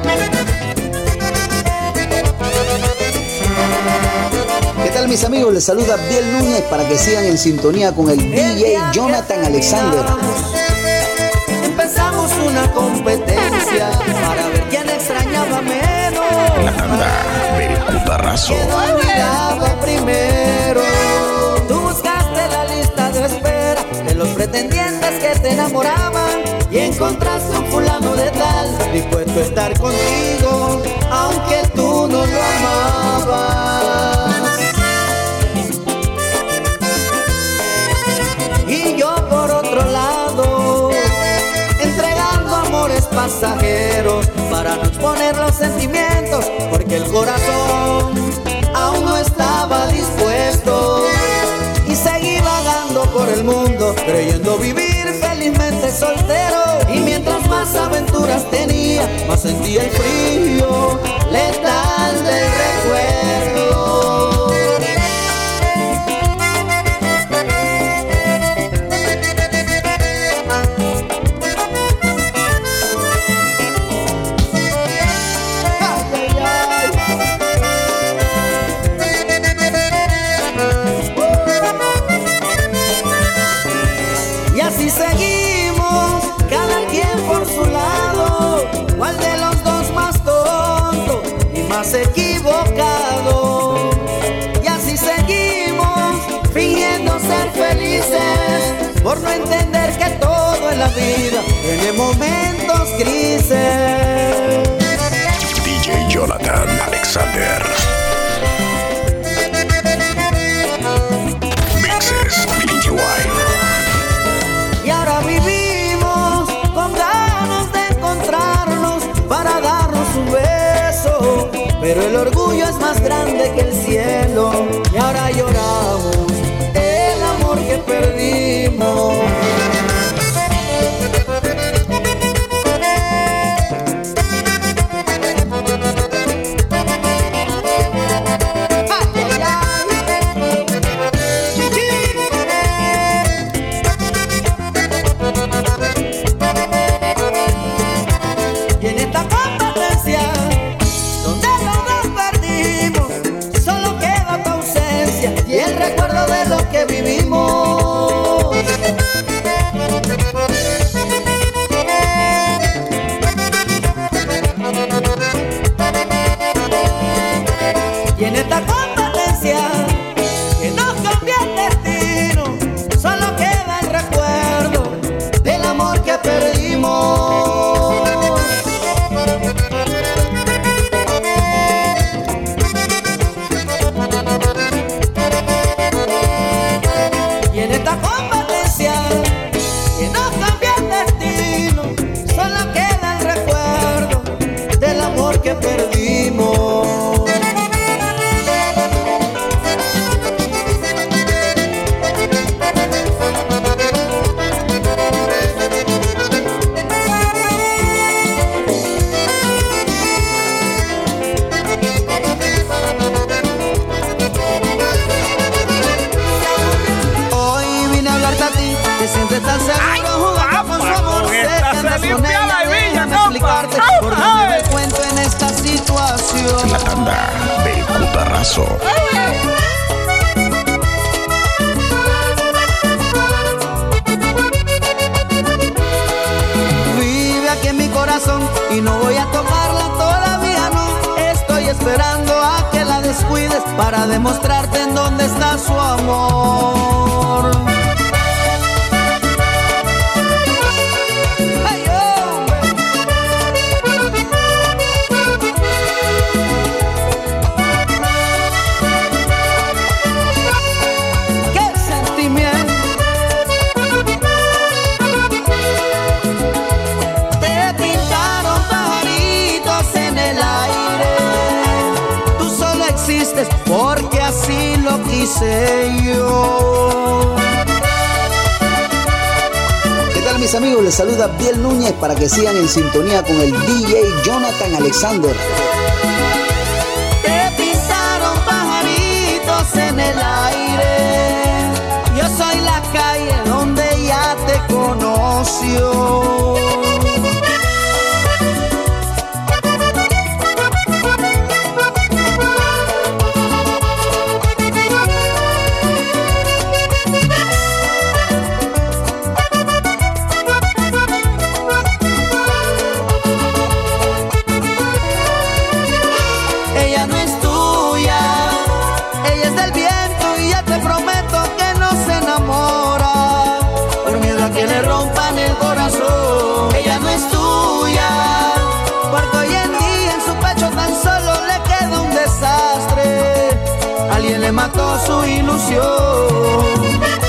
¿Qué tal, mis amigos? Les saluda Biel Núñez para que sigan en sintonía con el D J Jonathan Alexander. Empezamos una competencia para ver quién extrañaba menos. La tanda del cutarrazo. Quedó olvidado primero. Tú buscaste la lista de espera de los pretendientes que te enamoraban y encontraste un fulano de tal dispuesto a estar contigo, aunque tú no lo amabas. Y yo por otro lado, entregando amores pasajeros para no exponer los sentimientos, porque el corazón aún no estaba dispuesto. Y seguí vagando por el mundo, creyendo vivir felizmente soltero. Y mientras más aventuras tenía, más sentía el frío letal del recuerdo. Y así seguimos, cada quien por su lado. ¿Cuál de los dos más tonto y más equivocado? Y así seguimos, fingiendo ser felices, por no entender que todo en la vida tiene momentos grises. D J Jonathan Alexander. Mixes P T Y. pero el orgullo es más grande que el cielo. Y ahora lloramos el amor que perdimos. Y el recuerdo de lo que vivimos. Y en esta competencia que nos cambia el destino, solo queda el recuerdo del amor que perdimos. Y en esta competencia que nos cambia el destino, solo queda el recuerdo del amor que perdimos. Te sientes tan seguro jugando con su amor. Sé que andas con ella, déjame explicarte por dónde me cuento en esta situación. La tanda del cutarrazo. Vive aquí en mi corazón y no voy a tocarla, todavía no. Estoy esperando a que la descuides para demostrarte en dónde está su amor. Porque así lo quise yo. ¿Qué tal, mis amigos? Les saluda Biel Núñez para que sigan en sintonía con el D J Jonathan Alexander. Te pintaron pajaritos en el aire. Yo soy la calle donde ella te conoció. Ella no es tuya, porque hoy en día en su pecho tan solo le queda un desastre. Alguien le mató su ilusión.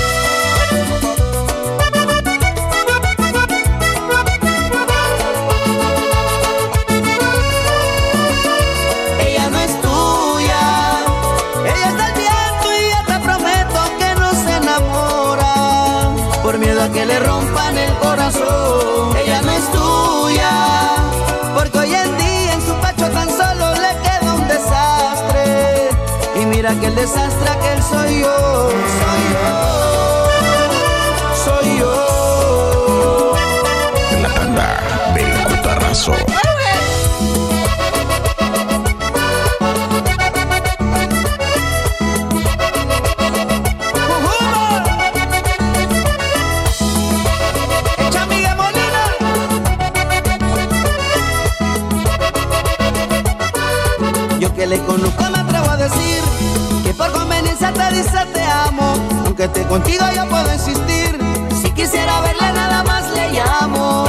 Ella no es tuya, ella es del viento y yo te prometo que no se enamora, por miedo a que le rompan el corazón. Ella no es tuya, porque hoy en día en su pecho tan solo le queda un desastre. Y mira que el desastre aquel soy yo, soy yo, soy yo. La tanda del cutarrazo. Que le conozco me atrevo a decir que por conveniencia te dice te amo, aunque esté contigo yo puedo insistir. Si quisiera verle nada más le llamo.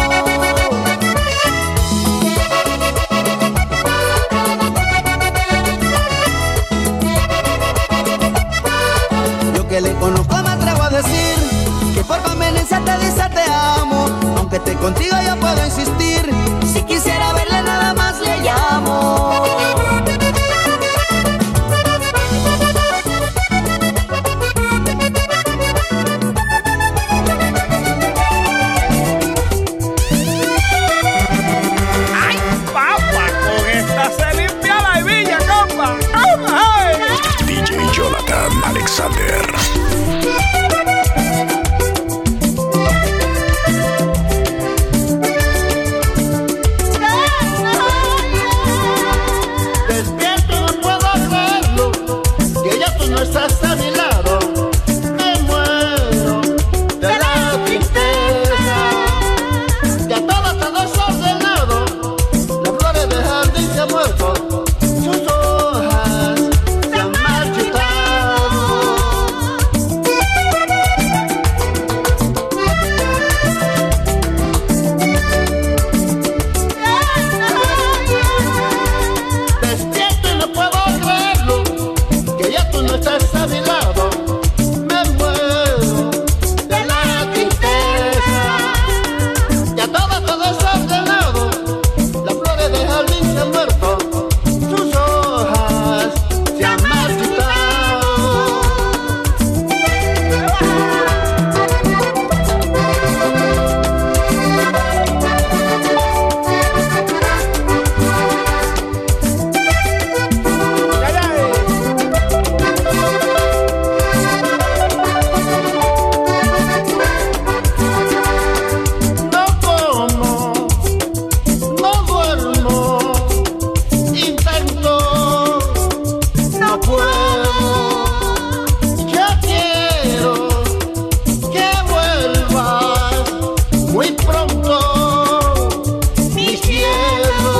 Yo que le conozco me atrevo a decir que por conveniencia te dice te amo, aunque esté contigo yo puedo insistir. Si quisiera verle nada más le llamo. Alexander. Despierto y no puedo creerlo, que ya tú no estás a mi lado. Me muero de la tristeza, ya todo está desordenado. Las flores del jardín se han muerto, sus hojas se han marchitado. Despierto y no puedo creerlo, que ya tú no estás a mi lado. Me muero de la tristeza, ya todo está desordenado. Las flores del jardín se han muerto, sus hojas se han marchitado. No como, no duermo, intento, no puedo. Ya quiero que vuelvas muy pronto, mi cielo.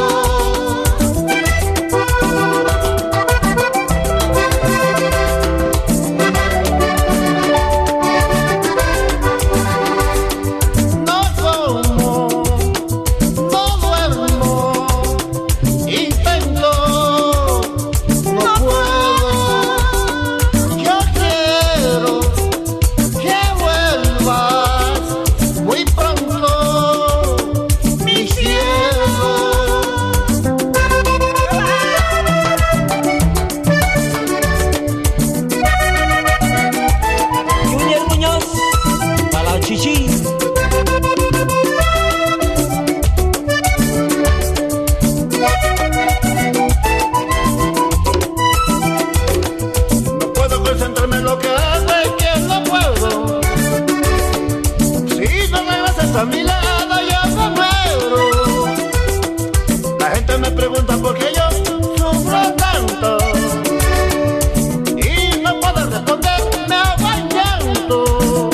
No como, no duermo, intento, no puedo. Yo quiero que vuelvas muy pronto, mi cielo. Junior Muñoz, para la chichi. No puedo concentrarme en lo que hago, es que no puedo. Si no regresas a mi lado, yo me muero. La gente me pregunta por qué yo sufro tanto, y no puedo responder, me hago en llanto.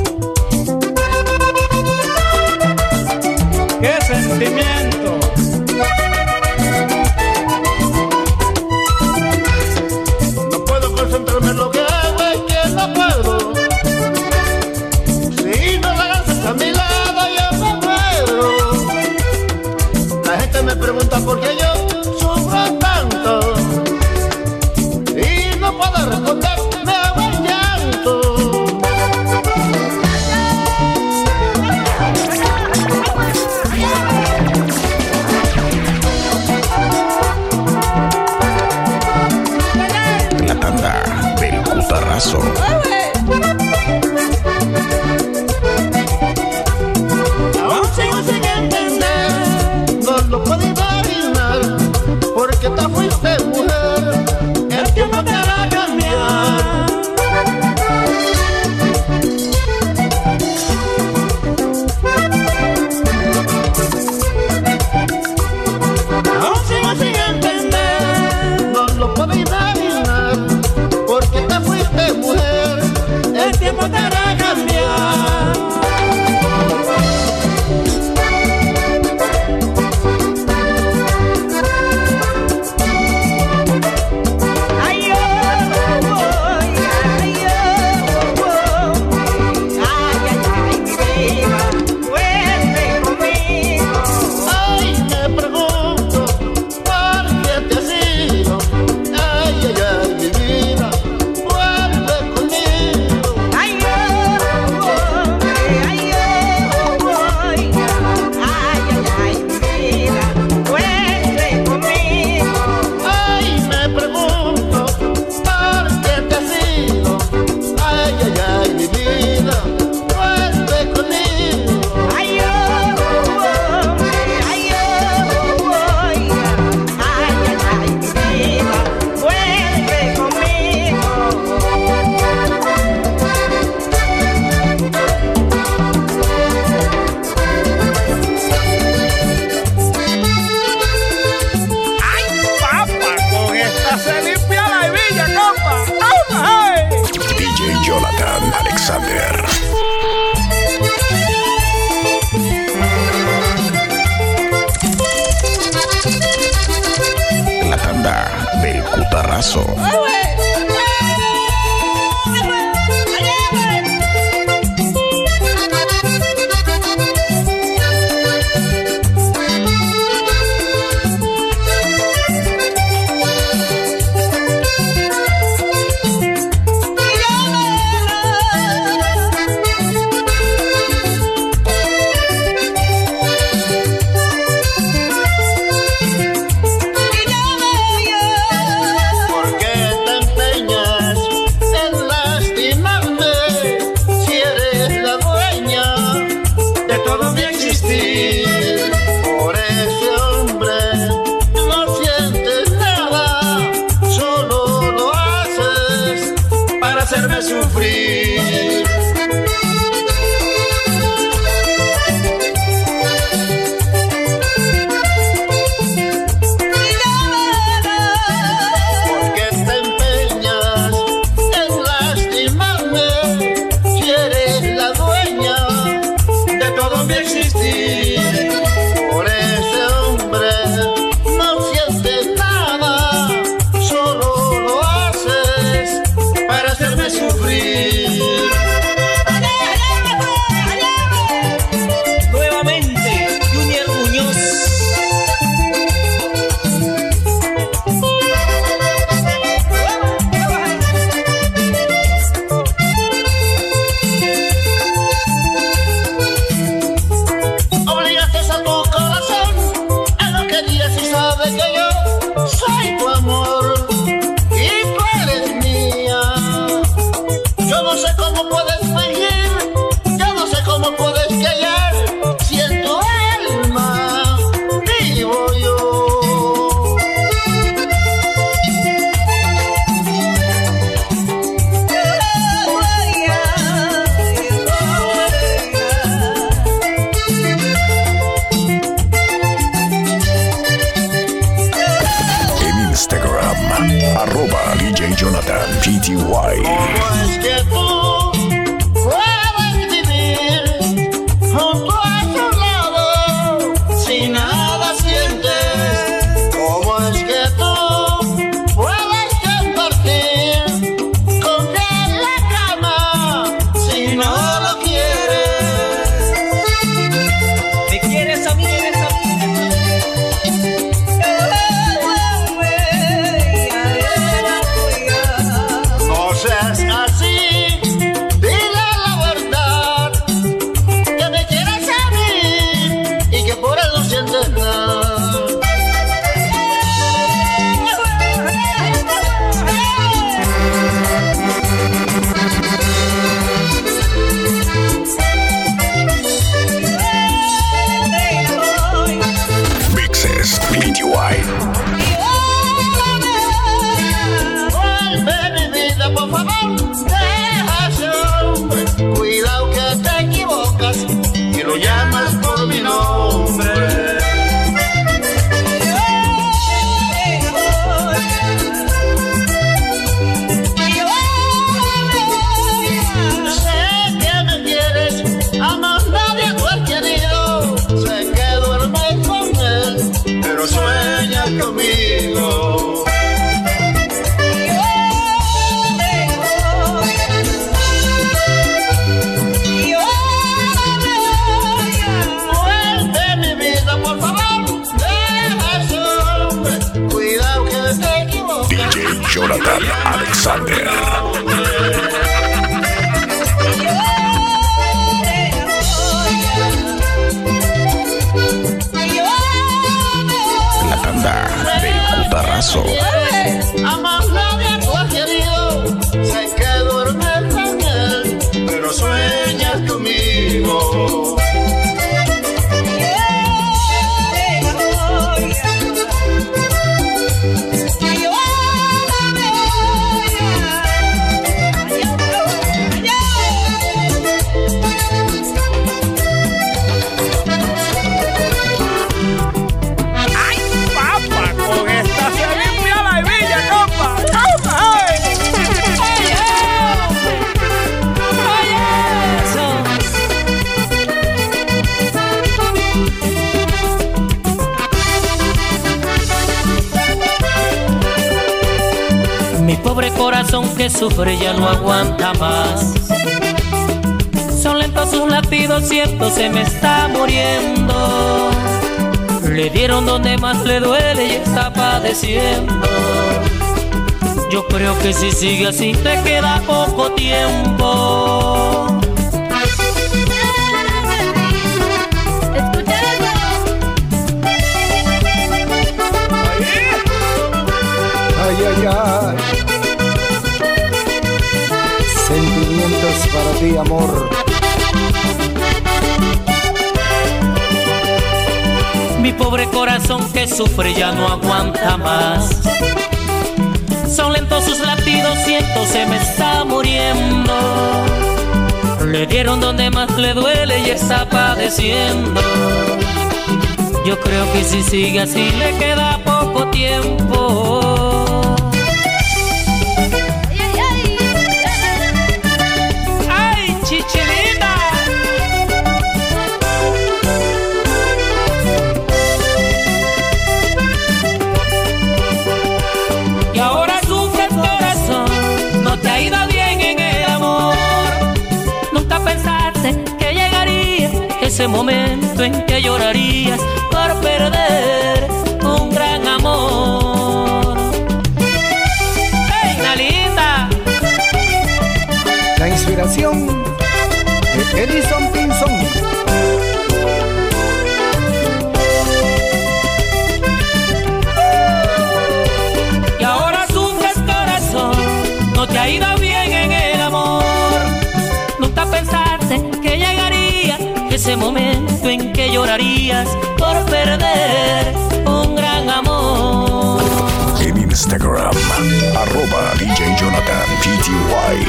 ¡Qué sentimiento! No puedo concentrarme en lo que hago, es que no puedo. Si no regresas a mi lado, yo me muero. La gente me pregunta por qué yo sufro tanto, y no puedo responder, me hago en llanto. La tanda del cutarrazo. Aún sigo sin entender, no lo puedo imaginar, porque te fuiste mujer, el tiempo te hará cambiar. Aún sigo sin entender, no lo puedo imaginar, porque te fuiste mujer. Alexander. La tanda del cutarrazo. Hacerme sufrir. ¿Por qué te empeñas en lastimarme si eres la dueña de todo mi existir? Por ese hombre no sientes nada, solo lo haces para hacerme sufrir. Nuevamente, Junior Muñoz. Obligaste a tu corazón a lo que digas y sabes que yo soy tu amor y tú eres mía. Yo no sé cómo puedes fingir, yo no sé cómo puedes callar, si en tu alma vivo yo. En Instagram, arroba D J Jonathan P T Y. ¿Cómo es que tú puedes vivir junto a tu lado si nada sientes? ¿Cómo es que tú puedes compartir con él la cama si no lo quieres? ¿Me quieres a mí? ¿Quieres a mí? No seas así, dile la verdad, que me quieres a mí y que por él no sientes nada. Mixes P T Y. Vuelve mi vida, por favor, deja ese hombre. Cuidado que te equivocas y lo llamas por mi nombre. Sé que me quieres, a más nadie tú has querido. Sé que duermes con él, pero sueñas conmigo. Vuelve mi vida, por favor, deja ese hombre. Cuidado que te equivocas. D J Jonathan Alexander. La tanda del cutarrazo. A más nadie tú has querido. Sé que duermes con él, pero sueñas conmigo. ¡Ay, papá! Con esta se limpia la hebilla, compa. corazón que sufre ya no aguanta más. Son lentos sus latidos, cierto, se me está muriendo. Le dieron donde más le duele y está padeciendo. Yo creo que si sigue así te queda poco tiempo. Ay, ay, ay. Sentimientos para ti, amor. Mi pobre corazón que sufre ya no aguanta más. Son lentos sus latidos, siento se me está muriendo. Le dieron donde más le duele y está padeciendo. Yo creo que si sigue así le queda poco tiempo. ¡Ay, chichelita! Y ahora sufres corazón, no te ha ido bien en el amor. Nunca pensaste que llegaría ese momento en que llorarías por perder un gran amor. ¡Hey, Nalinda! La inspiración de Edison Pinzón. Y ahora sufres corazón, no te ha ido bien en el amor. Nunca pensaste que llegaría ese momento en que llorarías por perder un gran amor. En Instagram, arroba D J Jonathan P T Y.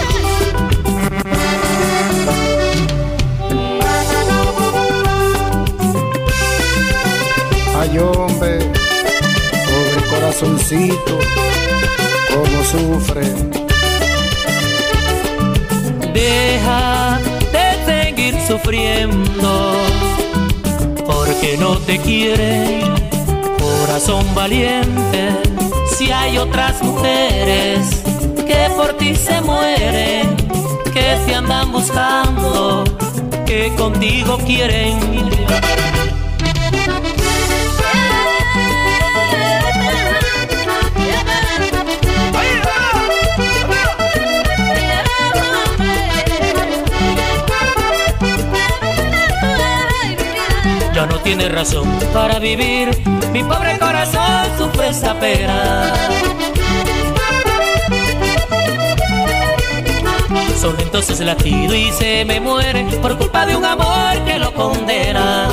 Ay, hombre, pobre corazoncito, cómo sufre. Deja de seguir sufriendo, porque no te quiere, corazón valiente. Si hay otras mujeres que por ti se mueren, que te andan buscando, que contigo quieren. Ya no tiene razón para vivir, mi pobre corazón sufre esta pena. Son entonces latido y se me muere por culpa de un amor que lo condena.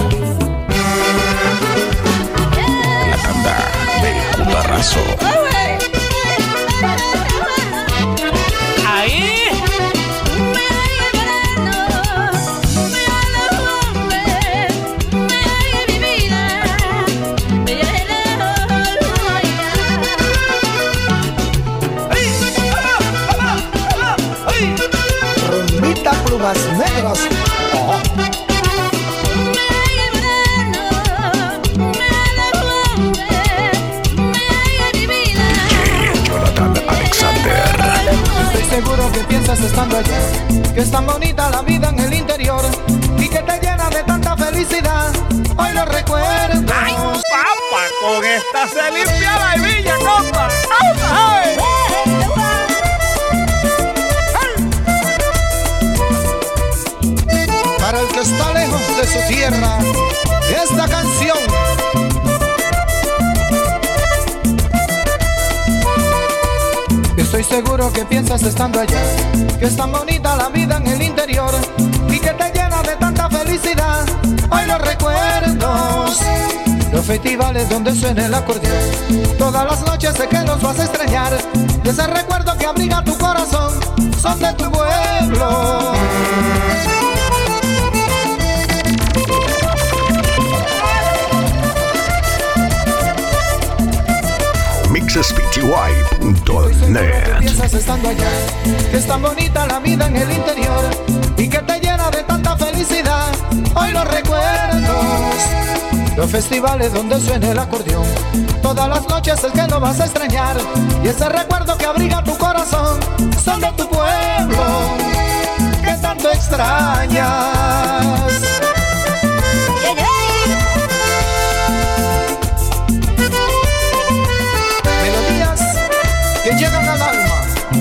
La tanda de Cutarrazo. Ahí. Plumas negras. Oh. D J Jonathan Alexander. Estoy seguro que piensas estando allá, que es tan bonita la vida en el interior y que te llena de tanta felicidad. Hoy lo recuerdo. ¡Ay, papá! Con esta se limpia la hebilla, compa. ¡Ay! Para el que está lejos de su tierra, esta canción. Estoy seguro que piensas estando allá, que es tan bonita la vida en el interior y que te llena de tanta felicidad. Hoy los recuerdos, los festivales donde suena el acordeón, todas las noches sé que los vas a extrañar. Y ese recuerdo que abriga tu corazón son de tu pueblo. mixes p t y punto net. Piensas estando allá, que es tan bonita la vida en el interior y que te llena de tanta felicidad. Hoy los recuerdos, los festivales donde suena el acordeón, todas las noches es que lo vas a extrañar, y ese recuerdo que abriga tu corazón son de tu pueblo que tanto extrañas. Melodías que llegan al alma.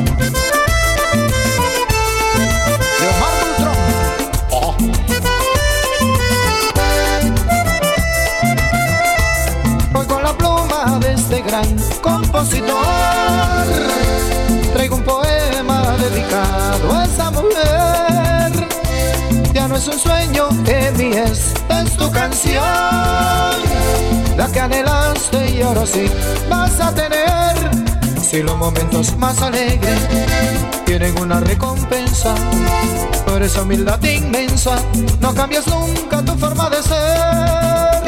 Gran compositor, traigo un poema dedicado a esa mujer. Ya no es un sueño, Emi, esta es tu canción, la que anhelaste y ahora sí vas a tener. Si los momentos más alegres tienen una recompensa, por esa humildad inmensa no cambias nunca tu forma de ser.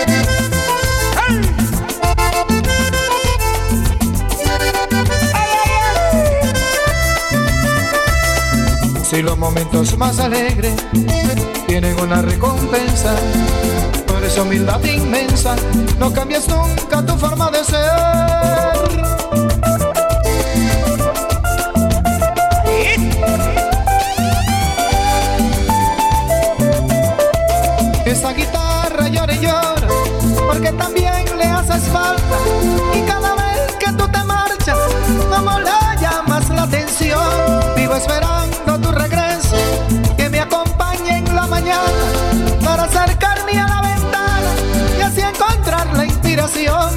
Si los momentos más alegres tienen una recompensa, por esa humildad inmensa no cambias nunca tu forma de ser. Esa guitarra llora y llora porque también le haces falta, y cada vez que tú te marchas, como le llamas la atención. Vivo esperando tu regreso, que me acompañe en la mañana para acercarme a la ventana y así encontrar la inspiración.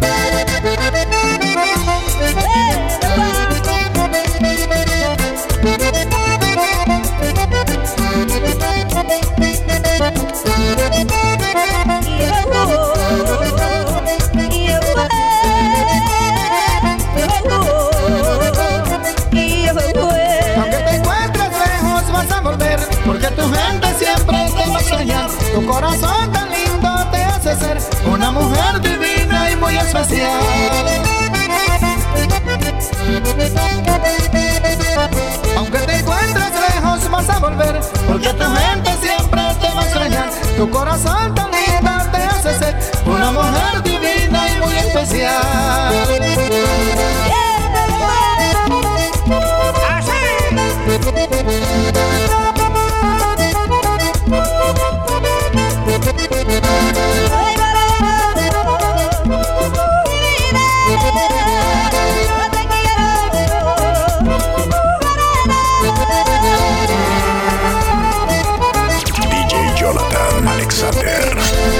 Porque tu gente siempre te va a extrañar. Tu corazón tan lindo te hace ser una mujer divina y muy especial. Aunque te encuentres lejos vas a volver, porque tu gente siempre te va a extrañar. Tu corazón tan lindo te hace ser una mujer divina y muy especial. D J Jonathan Alexander.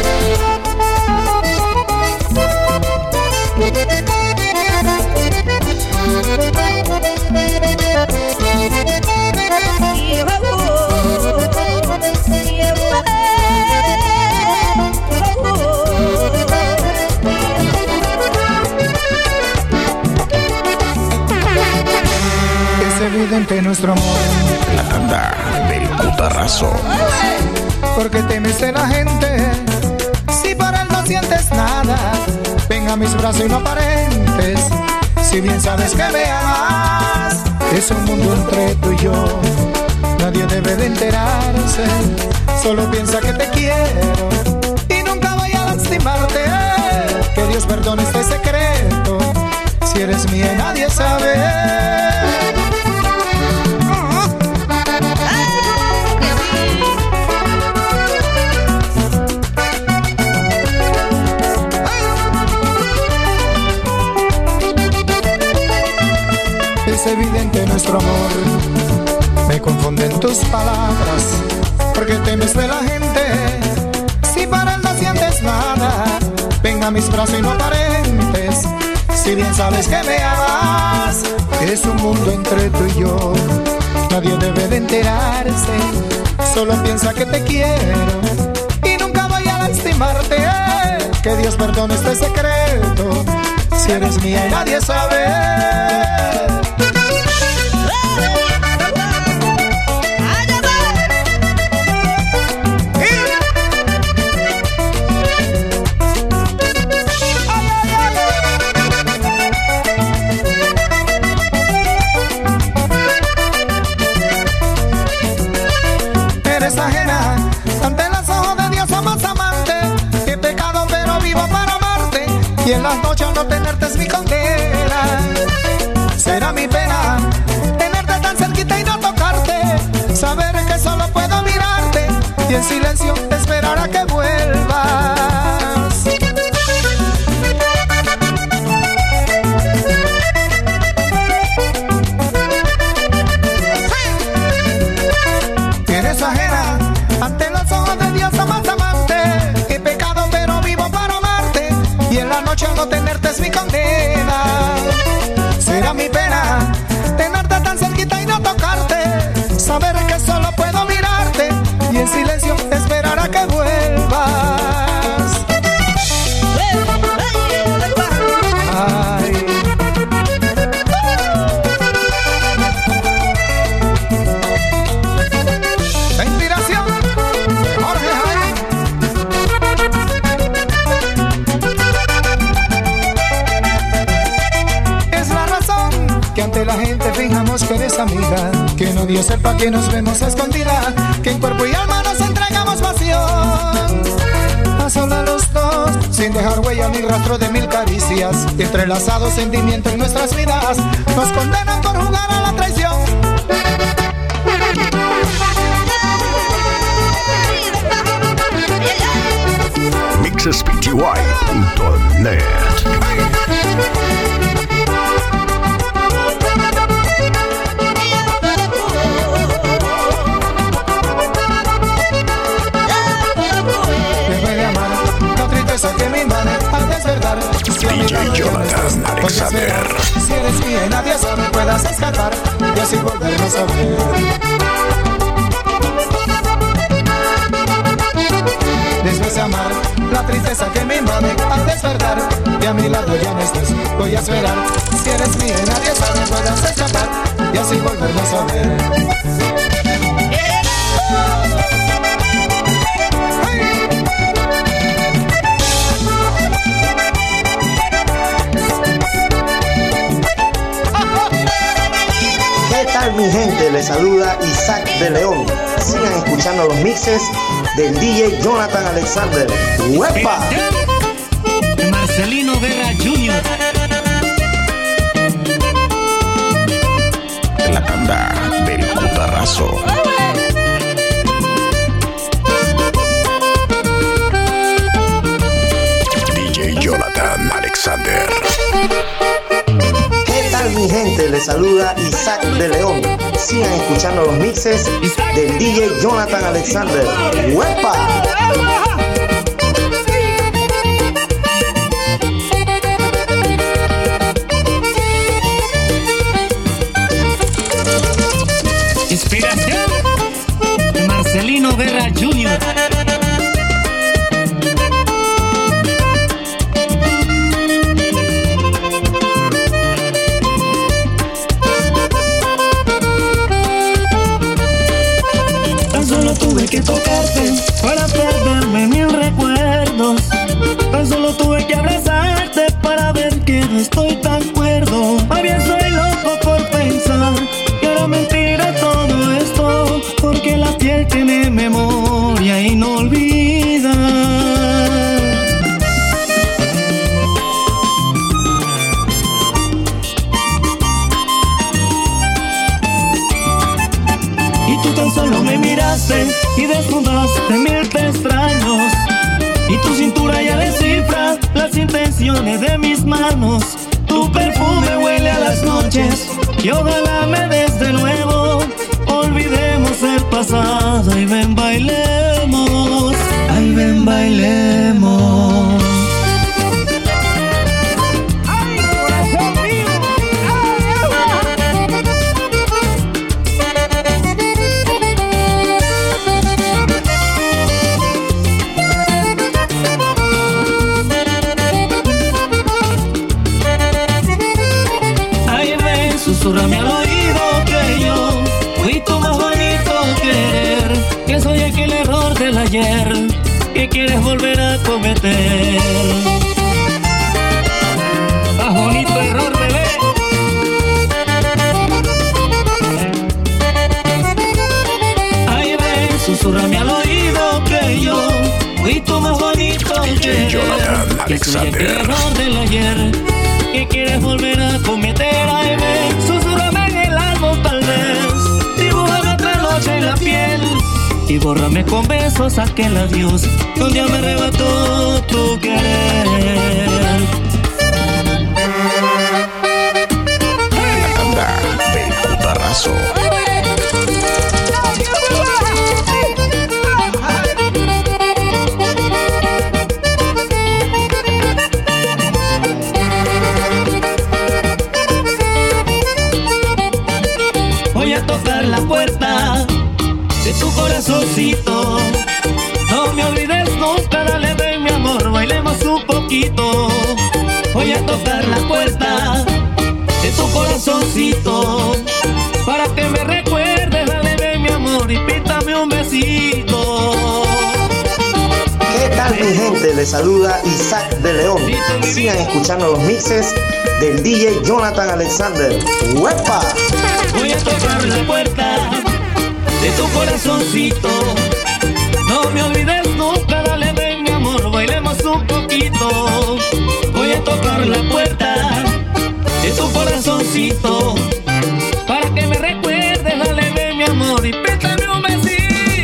Evidente nuestro amor, la tanda del cutarrazo. Porque temes de la gente, si por él no sientes nada, ven a mis brazos y no aparentes, si bien sabes que me amas. Es un mundo entre tú y yo, nadie debe de enterarse, solo piensa que te quiero y nunca voy a lastimarte. Que Dios perdone este secreto, si eres mía y nadie sabe. Es evidente nuestro amor, me confunden tus palabras, porque temes de la gente, si para él no sientes nada, ven a mis brazos y no aparentes, si bien sabes que me amas. Es un mundo entre tú y yo, nadie debe de enterarse, solo piensa que te quiero y nunca voy a lastimarte. Que Dios perdone este secreto, si eres mía y nadie sabe. Eres ajena ante los ojos de Dios, somos amantes. Qué pecado no tenerte es mi condena. Será mi pena tenerte tan cerquita y no tocarte, saber que solo puedo mirarte y en silencio esperar a que vuelvas. Eres ajena ante los ojos de Dios, más amante. He pecado pero vivo para amarte y en la noche no tenerte es mi condena. Será mi pena tenerte tan cerquita y no tocarte, saber que solo puedo mirarte y en silencio esperar a que vuelvas. Ay. La inspiración de Jorge Jaén. Es la razón que ante la gente fijamos que eres amiga, que nadie sepa que nos vemos a escondida, que en cuerpo y alma nos entregamos pasión. A solas los dos, sin dejar huella ni rastro de mil caricias, entrelazados sentimientos en nuestras vidas, nos condenan por jugar a la traición. mixes p t y punto net. Que me invade al despertar. Si D J Jonathan Alexander. Si eres mía y nadie sabe, puedas escapar y así volvernos a ver. Después de amar, la tristeza que me invade al despertar, y a mi lado ya no estés, voy a esperar. Si eres mía y nadie sabe, puedas escapar y así volvernos a ver. ¿Qué tal mi gente? Les saluda Isaac de León. Sigan escuchando los mixes del D J Jonathan Alexander. ¡Huepa! Marcelino Guerra junior La tanda del putarrazo. D J Jonathan Alexander. ¿Qué tal mi gente? Les saluda Isaac de León. Sigan escuchando los mixes del D J Jonathan Alexander. ¡Huepa! Inspiración Marcelino Guerra junior Tuve que tocarte para perderme mil recuerdos. Tan solo tuve que abrazarte para ver que no estoy tan cuerdo. Más bien soy loco por pensar que era mentira todo esto, porque la piel tiene memoria y no olvida. Tan solo me miraste y desnudaste mil pestañas, y tu cintura ya descifra las intenciones de mis manos. Tu perfume huele a las noches y ojalá me des de nuevo. Olvidemos el pasado y ven bailemos, ay ven bailemos. Susurrame al oído que yo fui tu más bonito querer, que soy aquel error del ayer que quieres volver a cometer. Más bonito error, bebé. Ay, ven, susurrame al oído que yo fui tu más bonito querer, que soy aquel error del ayer que quieres volver a cometer. Ay, ven, susúrrame en el alma tal vez. Dibújame otra noche en la piel y bórrame con besos aquel adiós que un día me arrebató tu querer. La tanda del Cutarrazo. Voy a tocar la puerta de tu corazoncito. No me olvides nunca, dale ven mi amor, bailemos un poquito. Voy a tocar la puerta de tu corazoncito para que me recuerdes, dale ven mi amor y píntame un besito. ¿Qué tal mi gente? Les saluda Isaac de León. Sigan escuchando los mixes del D J Jonathan Alexander. ¡Huepa! Voy a tocar la puerta de tu corazoncito. No me olvides nunca, dale ven mi amor, bailemos un poquito. Voy a tocar la puerta de tu corazoncito para que me recuerdes, dale ven mi amor y píntame un besito.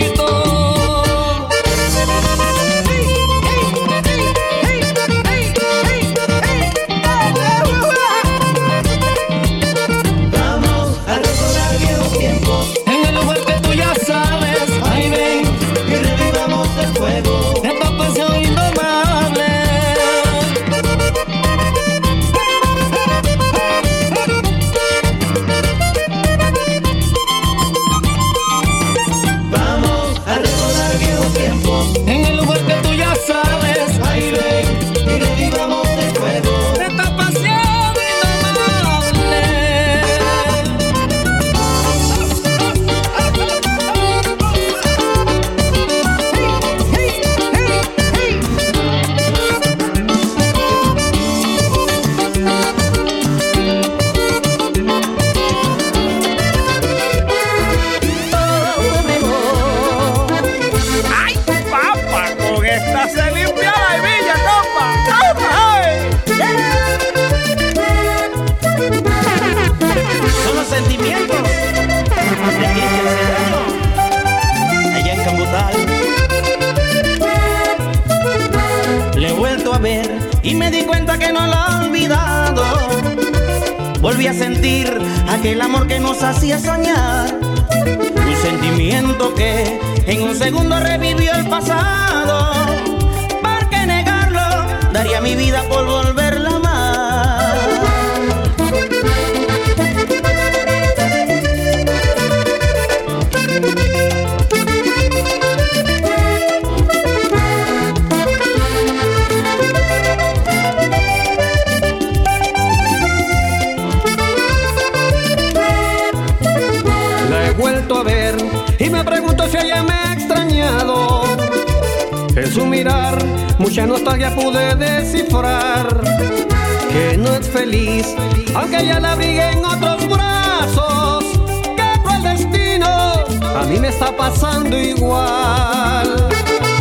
Y me di cuenta que no lo he olvidado. Volví a sentir aquel amor que nos hacía soñar. Un sentimiento que en un segundo revivió el pasado. ¿Por qué negarlo? Daría mi vida por volverla a amar. A ver y me pregunto si ella me ha extrañado. En su mirar mucha nostalgia pude descifrar que no es feliz, aunque ella la abrigue en otros brazos. Que cruel destino, a mí me está pasando igual.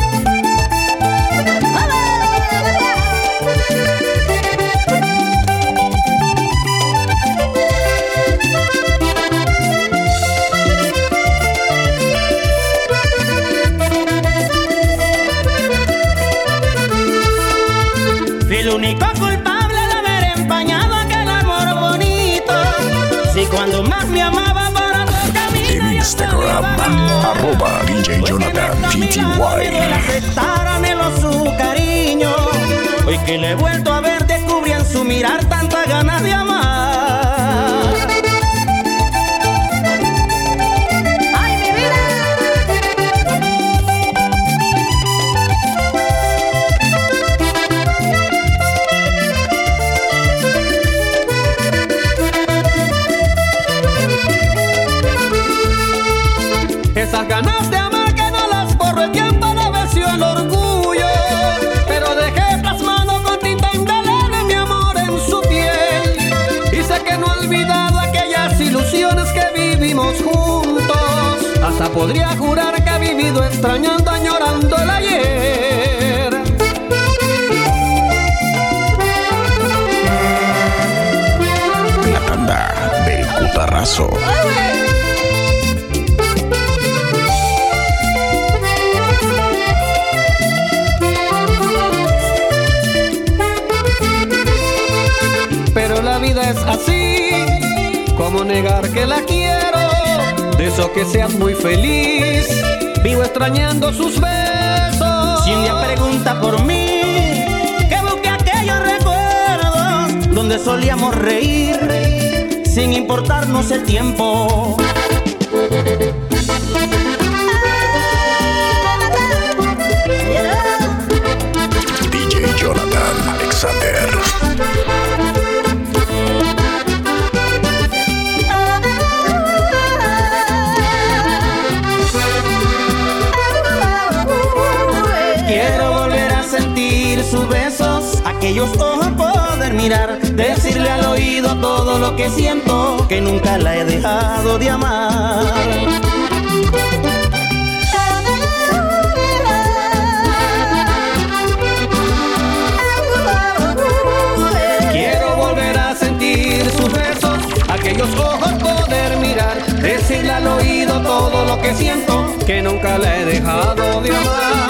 El único culpable de haber empañado aquel amor bonito. Si cuando más me amaba por otro camino. En Instagram, arroba D J Jonathan P T Y. Aceptar anhelo su cariño. Hoy que le he vuelto a ver, descubrí en su mirar tantas ganas de amar. ¡Ay, mi vida! Esas ganas de amar que no las borro, el tiempo no venció el orgullo, pero dejé plasmado con tinta indeleble mi amor en su piel. Y sé que no he olvidado aquellas ilusiones que vivimos juntos. Hasta podría jurar que he vivido extrañando, añorando el ayer. Putarrazo. Pero la vida es así, ¿cómo negar que la quiero? Deseo que seas muy feliz, vivo extrañando sus besos. Si un día pregunta por mí, que busque aquellos recuerdos donde solíamos reír, sin importarnos el tiempo. D J Jonathan Alexander. Quiero volver a sentir sus besos, aquellos ojos poder mirar, decirle al oído todo lo que siento, que nunca la he dejado de amar. Quiero volver a sentir sus besos, aquellos ojos poder mirar, decirle al oído todo lo que siento, que nunca la he dejado de amar.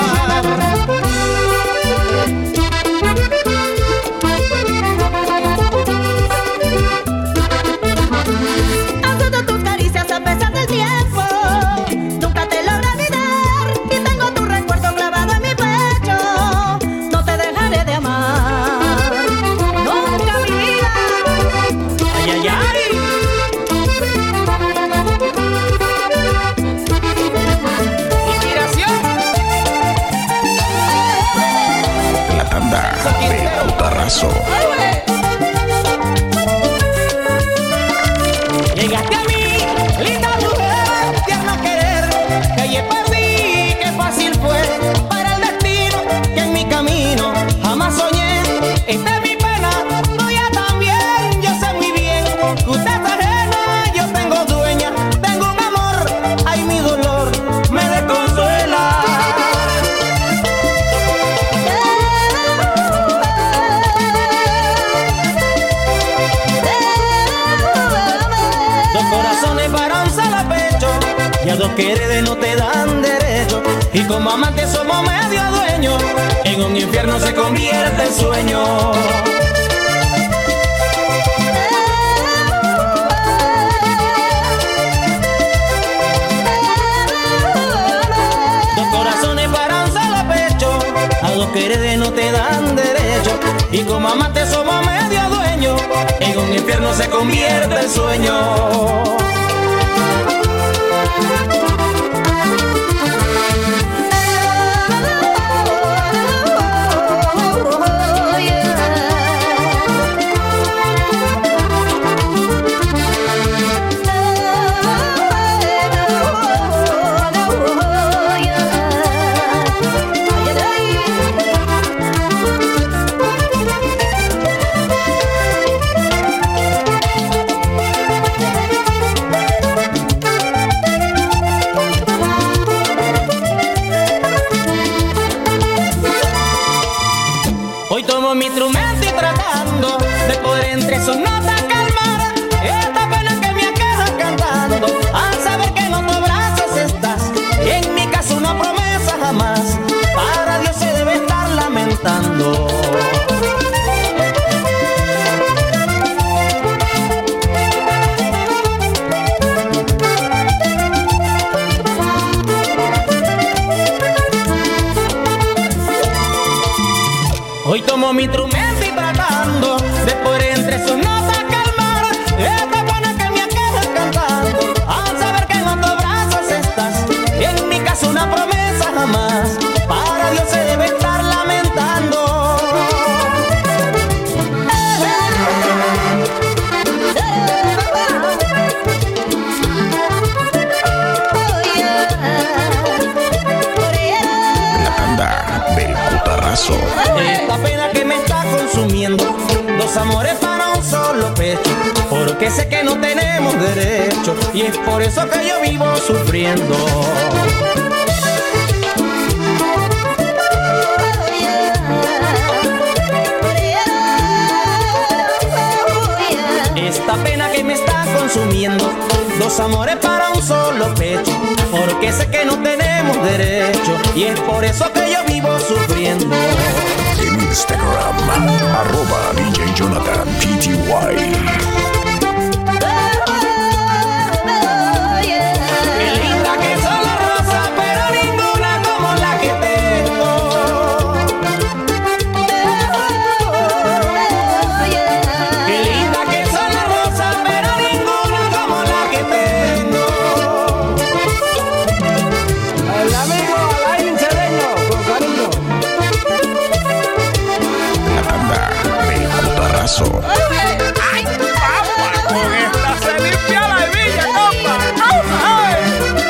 Han sido tus caricias a pesar del tiempo, nunca te logro olvidar, y tengo tu recuerdo clavado en mi pecho, no te dejaré de amar, nunca mi vida. Ay, ay, ay. Inspiración. La tanda del Putarrazo. Llegaste a mí, linda mujer, tierno querer, que ayer perdí, qué fácil fue para el destino, que en mi camino jamás soñé. Esta es mi pena, tuya también, yo sé muy bien, que usted es ajena, yo tengo dueña, tengo un amor, ay mi dolor me desconsuela. Dos corazones para un solo pecho, y a dos quereres no te dan derecho, y como amantes somos medio dueños, en un infierno se convierte el sueño. Dos corazones para un solo pecho, a dos quereres no te dan derecho, y como amantes somos medio dueños, en un infierno se convierte el sueño. Hoy tomo mi instrumento y tratando de poder entre sus notas calmar esta pena que me aqueja cantando, al saber que en otros brazos estás, y en mi caso una promesa jamás, para Dios se debe estar lamentando. Hoy tomo mi instrumento y tratando de poder entre sus notas calmar esta pena que me aqueja cantando, al saber que en otros brazos estás, y en mi caso una promesa jamás, para Dios se debe estar lamentando. La tanda del Putarrazo. Esta pena que me está consumiendo, dos amores para un solo pecho, porque sé que no tenemos derecho, y es por eso que yo vivo sufriendo. Esta pena que me está consumiendo, consumiendo dos amores para un solo pecho, porque sé que no tenemos derecho y es por eso que yo vivo sufriendo. En Instagram, arroba D J Jonathan P T Y. ¡Ay, papá! Con esta se limpia la hebilla, compa. ¡Ay!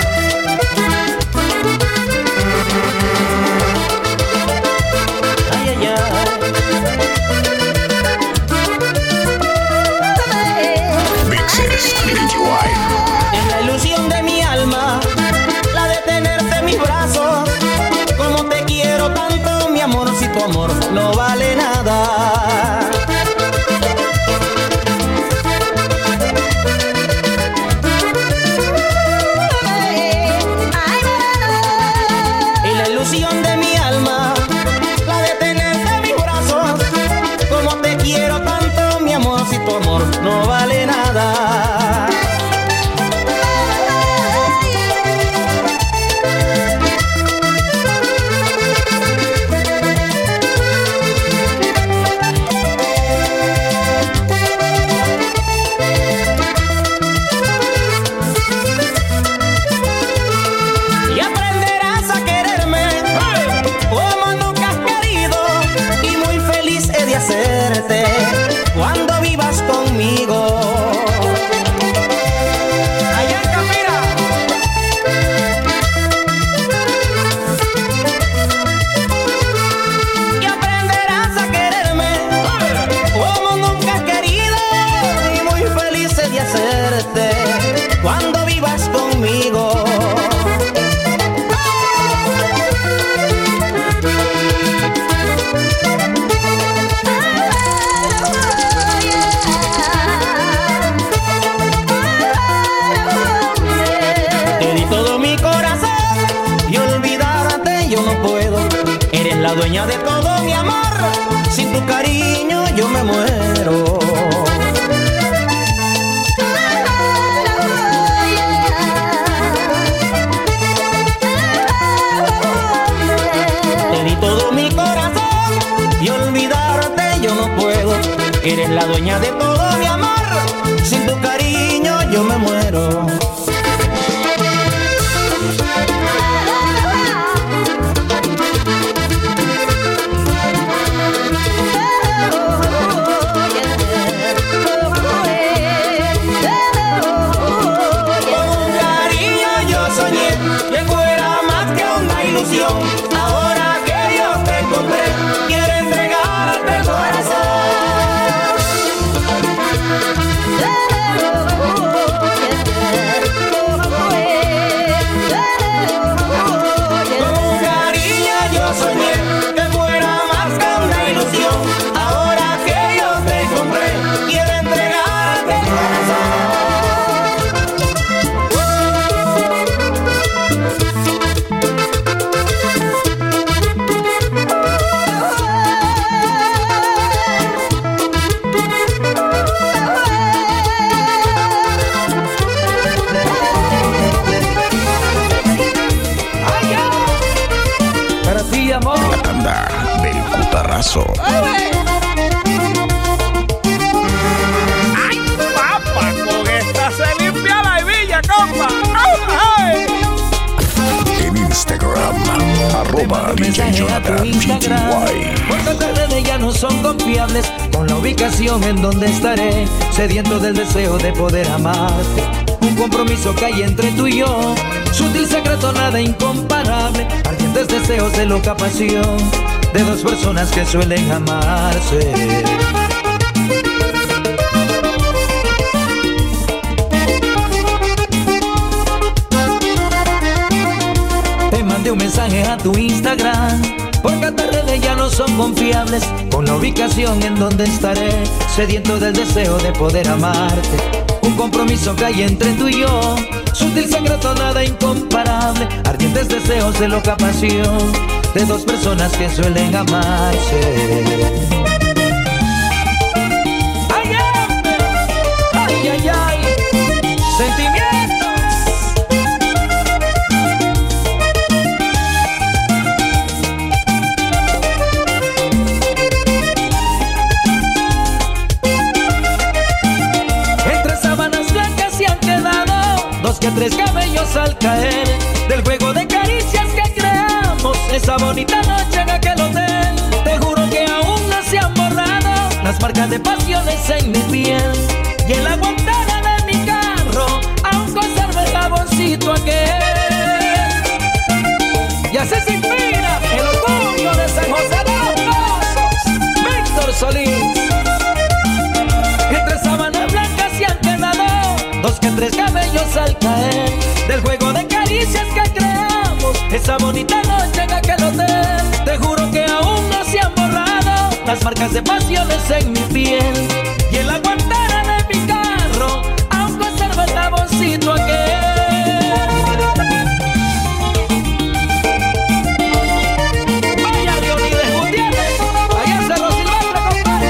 Ay, ay, ay. Mixes P T Y. En la ilusión de mi alma, la de tenerte en mis brazos. Como te quiero tanto, mi amor, si tu amor no vale nada. Tu amor no vale nada. Y aprenderás a quererme como nunca has querido, y muy feliz he de hacerte cuando vivas conmigo. Allá en Capira. Y aprenderás a quererme como nunca has querido, y muy feliz de hacerte cuando vivas conmigo. Eres la dueña de todo mi amor, sin tu cariño yo me muero. Te di todo mi corazón y olvidarte yo no puedo. Eres la dueña de todo mi amor, sin tu cariño yo me muero. Ahora que yo te encontré, quiero entregarte el corazón. Con cariño yo soñé que fuera más que una ilusión. Ahora que yo te encontré, quiero entregarte el corazón. La tanda del cutarrazo. ¡Ay, papá! Con esta se limpia la hebilla, compa. ¡Ay! En Instagram, arroba D J Jonathan P T Y. Porque las redes ya no son confiables, con la ubicación en donde estaré, sediento del deseo de poder amarte. Un compromiso que hay entre tú y yo, sutil secreto, nada incomparable, ardientes deseos de loca pasión de dos personas que suelen amarse. Te mandé un mensaje a tu Instagram, porque las redes ya no son confiables, con la ubicación en donde estaré, sediento del deseo de poder amarte. Un compromiso que hay entre tú y yo, sutil secreto, nada incomparable, ardientes deseos de loca pasión de dos personas que suelen amarse. Ay, ay, ay, ay, sentimientos. Dos que tres cabellos al caer del juego de caricias que creamos esa bonita noche en aquel hotel. Te juro que aún no se han borrado las marcas de pasiones en mi piel, y en la guantana de mi carro aún conserva el jaboncito aquel. Y así se inspira el orgullo de San José de los Pozos, Víctor Solís. Entre sábanas blancas se han quedado dos que tres cabellos al caer del juego de caricias que creamos esa bonita noche en aquel hotel. Te juro que aún no se han borrado las marcas de pasiones en mi piel, y en la guantera de mi carro aún conserva el jaboncito aquel. Vaya Leonides Gutiérrez, allá se lo silvestre, compadre.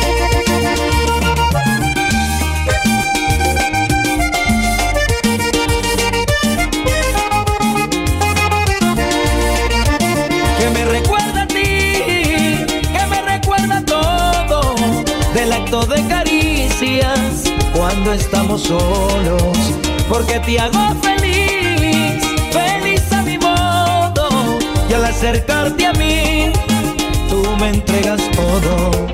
Que me recuerda a ti, que me recuerda todo del acto de caricias cuando estamos solos, porque te hago feliz, feliz a mi modo, y al acercarte a mí, tú me entregas todo.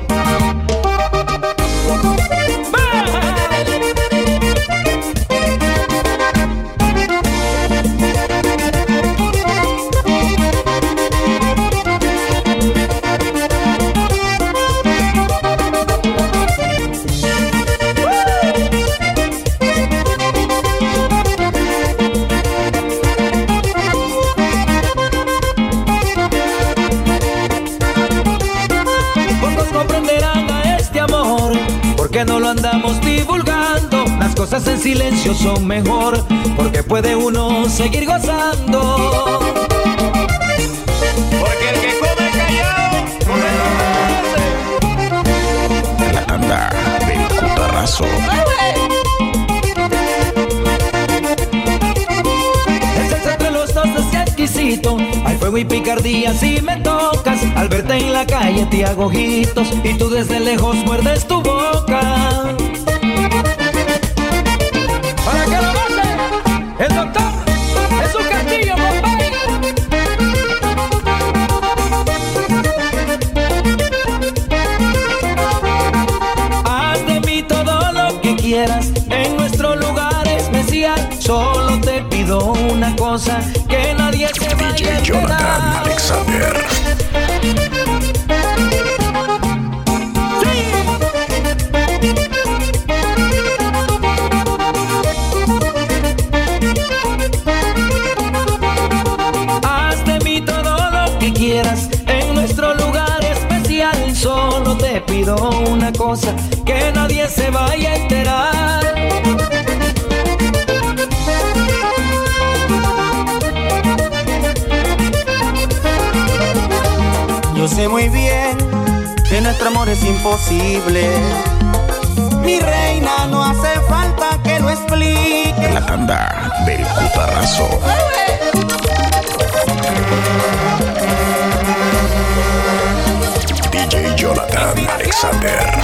Que no lo andamos divulgando, las cosas en silencio son mejor, porque puede uno seguir gozando. Porque el que come callado, come no. La tanda del cutarrazo. El sexo entre los dos es exquisito, hay fuego y picardía si me tocas. Al verte en la calle te hago ojitos y tú desde lejos muerdes tu boca. Para que lo goce el doctor Jesús Castillo, compadre. Haz de mí todo lo que quieras en nuestro lugar especial. Solo te pido una cosa, que nadie se vaya a D J Jonathan Alexander. En nuestro lugar especial, solo te pido una cosa, que nadie se vaya a enterar. Yo sé muy bien que nuestro amor es imposible. Mi reina, no hace falta que lo explique. La tanda del cutarrazo. D J Jonathan Alexander.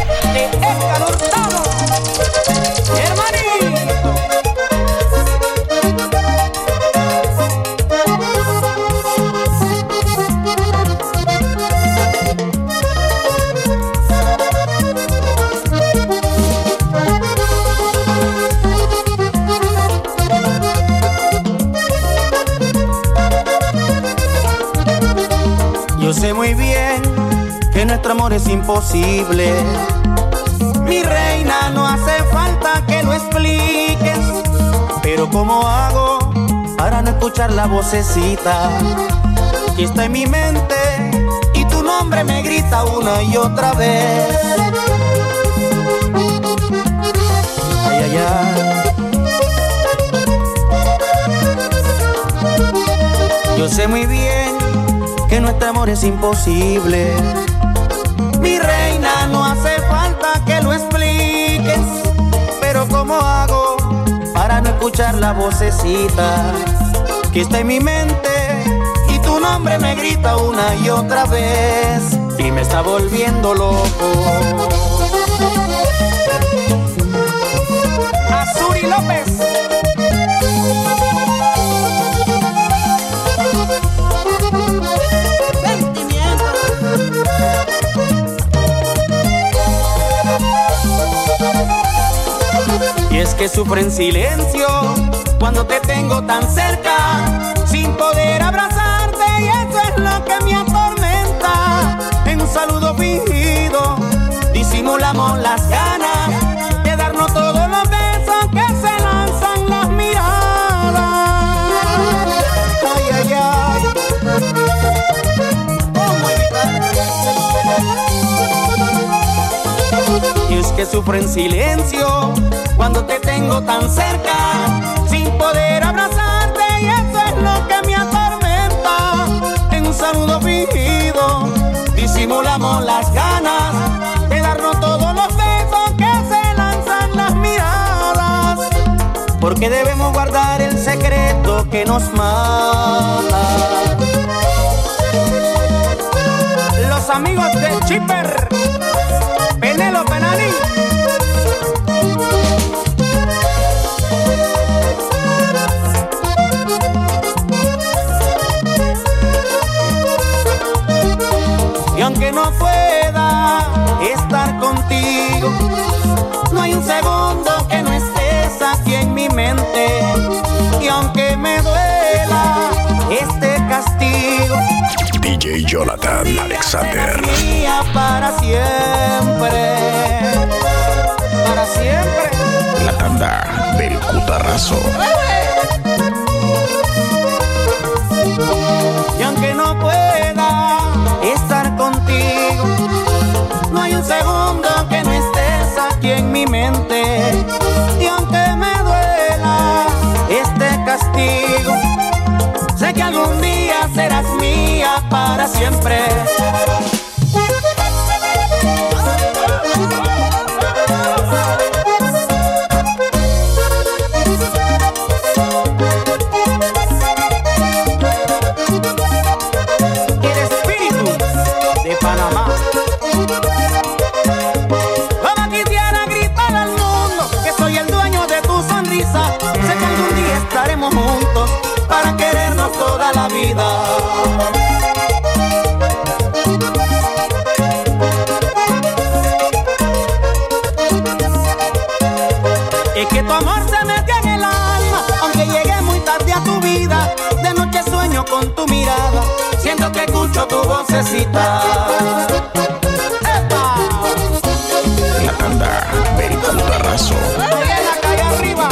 Yo sé muy bien que nuestro amor es imposible. Mi reina, no hace falta que lo expliques. Pero ¿cómo hago para no escuchar la vocecita que está en mi mente y tú no nombre me grita una y otra vez. Ay, ay, ay. Yo sé muy bien que nuestro amor es imposible. Mi reina, no hace falta que lo expliques, pero ¿cómo hago para no escuchar la vocecita que está en mi mente y tu nombre me grita una y otra vez y me está volviendo loco? Azuri López. Y es que sufro en silencio cuando te tengo tan cerca, sin poder abrazarte, y eso es lo que me atormenta. En un saludo fingido disimulamos las ganas de darnos todos los besos que se lanzan las miradas. Ay, ay, ay. ¿Cómo evitar? Y es que sufro en silencio cuando te tengo tan cerca, sin poder abrazarte, y eso es lo que me atormenta. En un saludo fingido disimulamos las ganas de darnos todos los besos que se lanzan las miradas, porque debemos guardar el secreto que nos mata. Los amigos de Chipper, Penélope Nani. Y aunque no pueda estar contigo, no hay un segundo que no estés aquí en mi mente. Y aunque me duela este castigo, D J Jonathan Alexander. Mía para siempre, para siempre. La tanda del cutarrazo. Y aunque no pueda estar contigo, no hay un segundo que no estés aquí en mi mente. Y aunque me duela este castigo, sé que algún día serás mía para siempre. Juntos para querernos toda la vida. Es que tu amor se metió en el alma, aunque llegué muy tarde a tu vida. De noche sueño con tu mirada, siento que escucho tu vocecita. ¡Epa! La tanda del cutarrazo. Estoy en la calle arriba.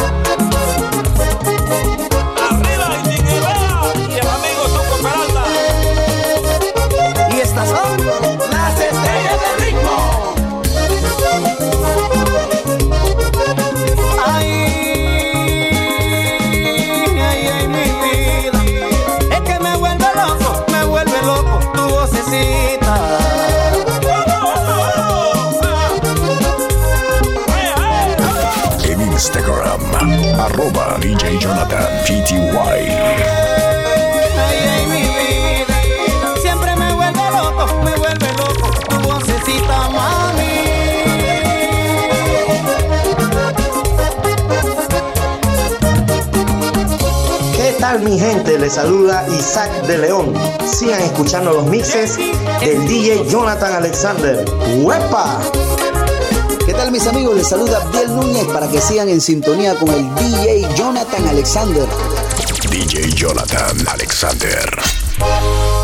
Estas son las estrellas del ritmo. Ay, ay, ay, mi vida. Es que me vuelve loco, me vuelve loco tu vocecita. En Instagram, arroba D J Jonathan P T Y. Ay, ay, mi vida. Siempre me vuelve loco, me vuelve loco tu vocecita, mami. ¿Qué tal, mi gente? Les saluda Isaac de León. Sigan escuchando los mixes del D J Jonathan Alexander. ¡Huepa! ¿Qué tal, mis amigos? Les saluda Biel Núñez para que sigan en sintonía con el D J Jonathan Alexander. D J Jonathan Alexander.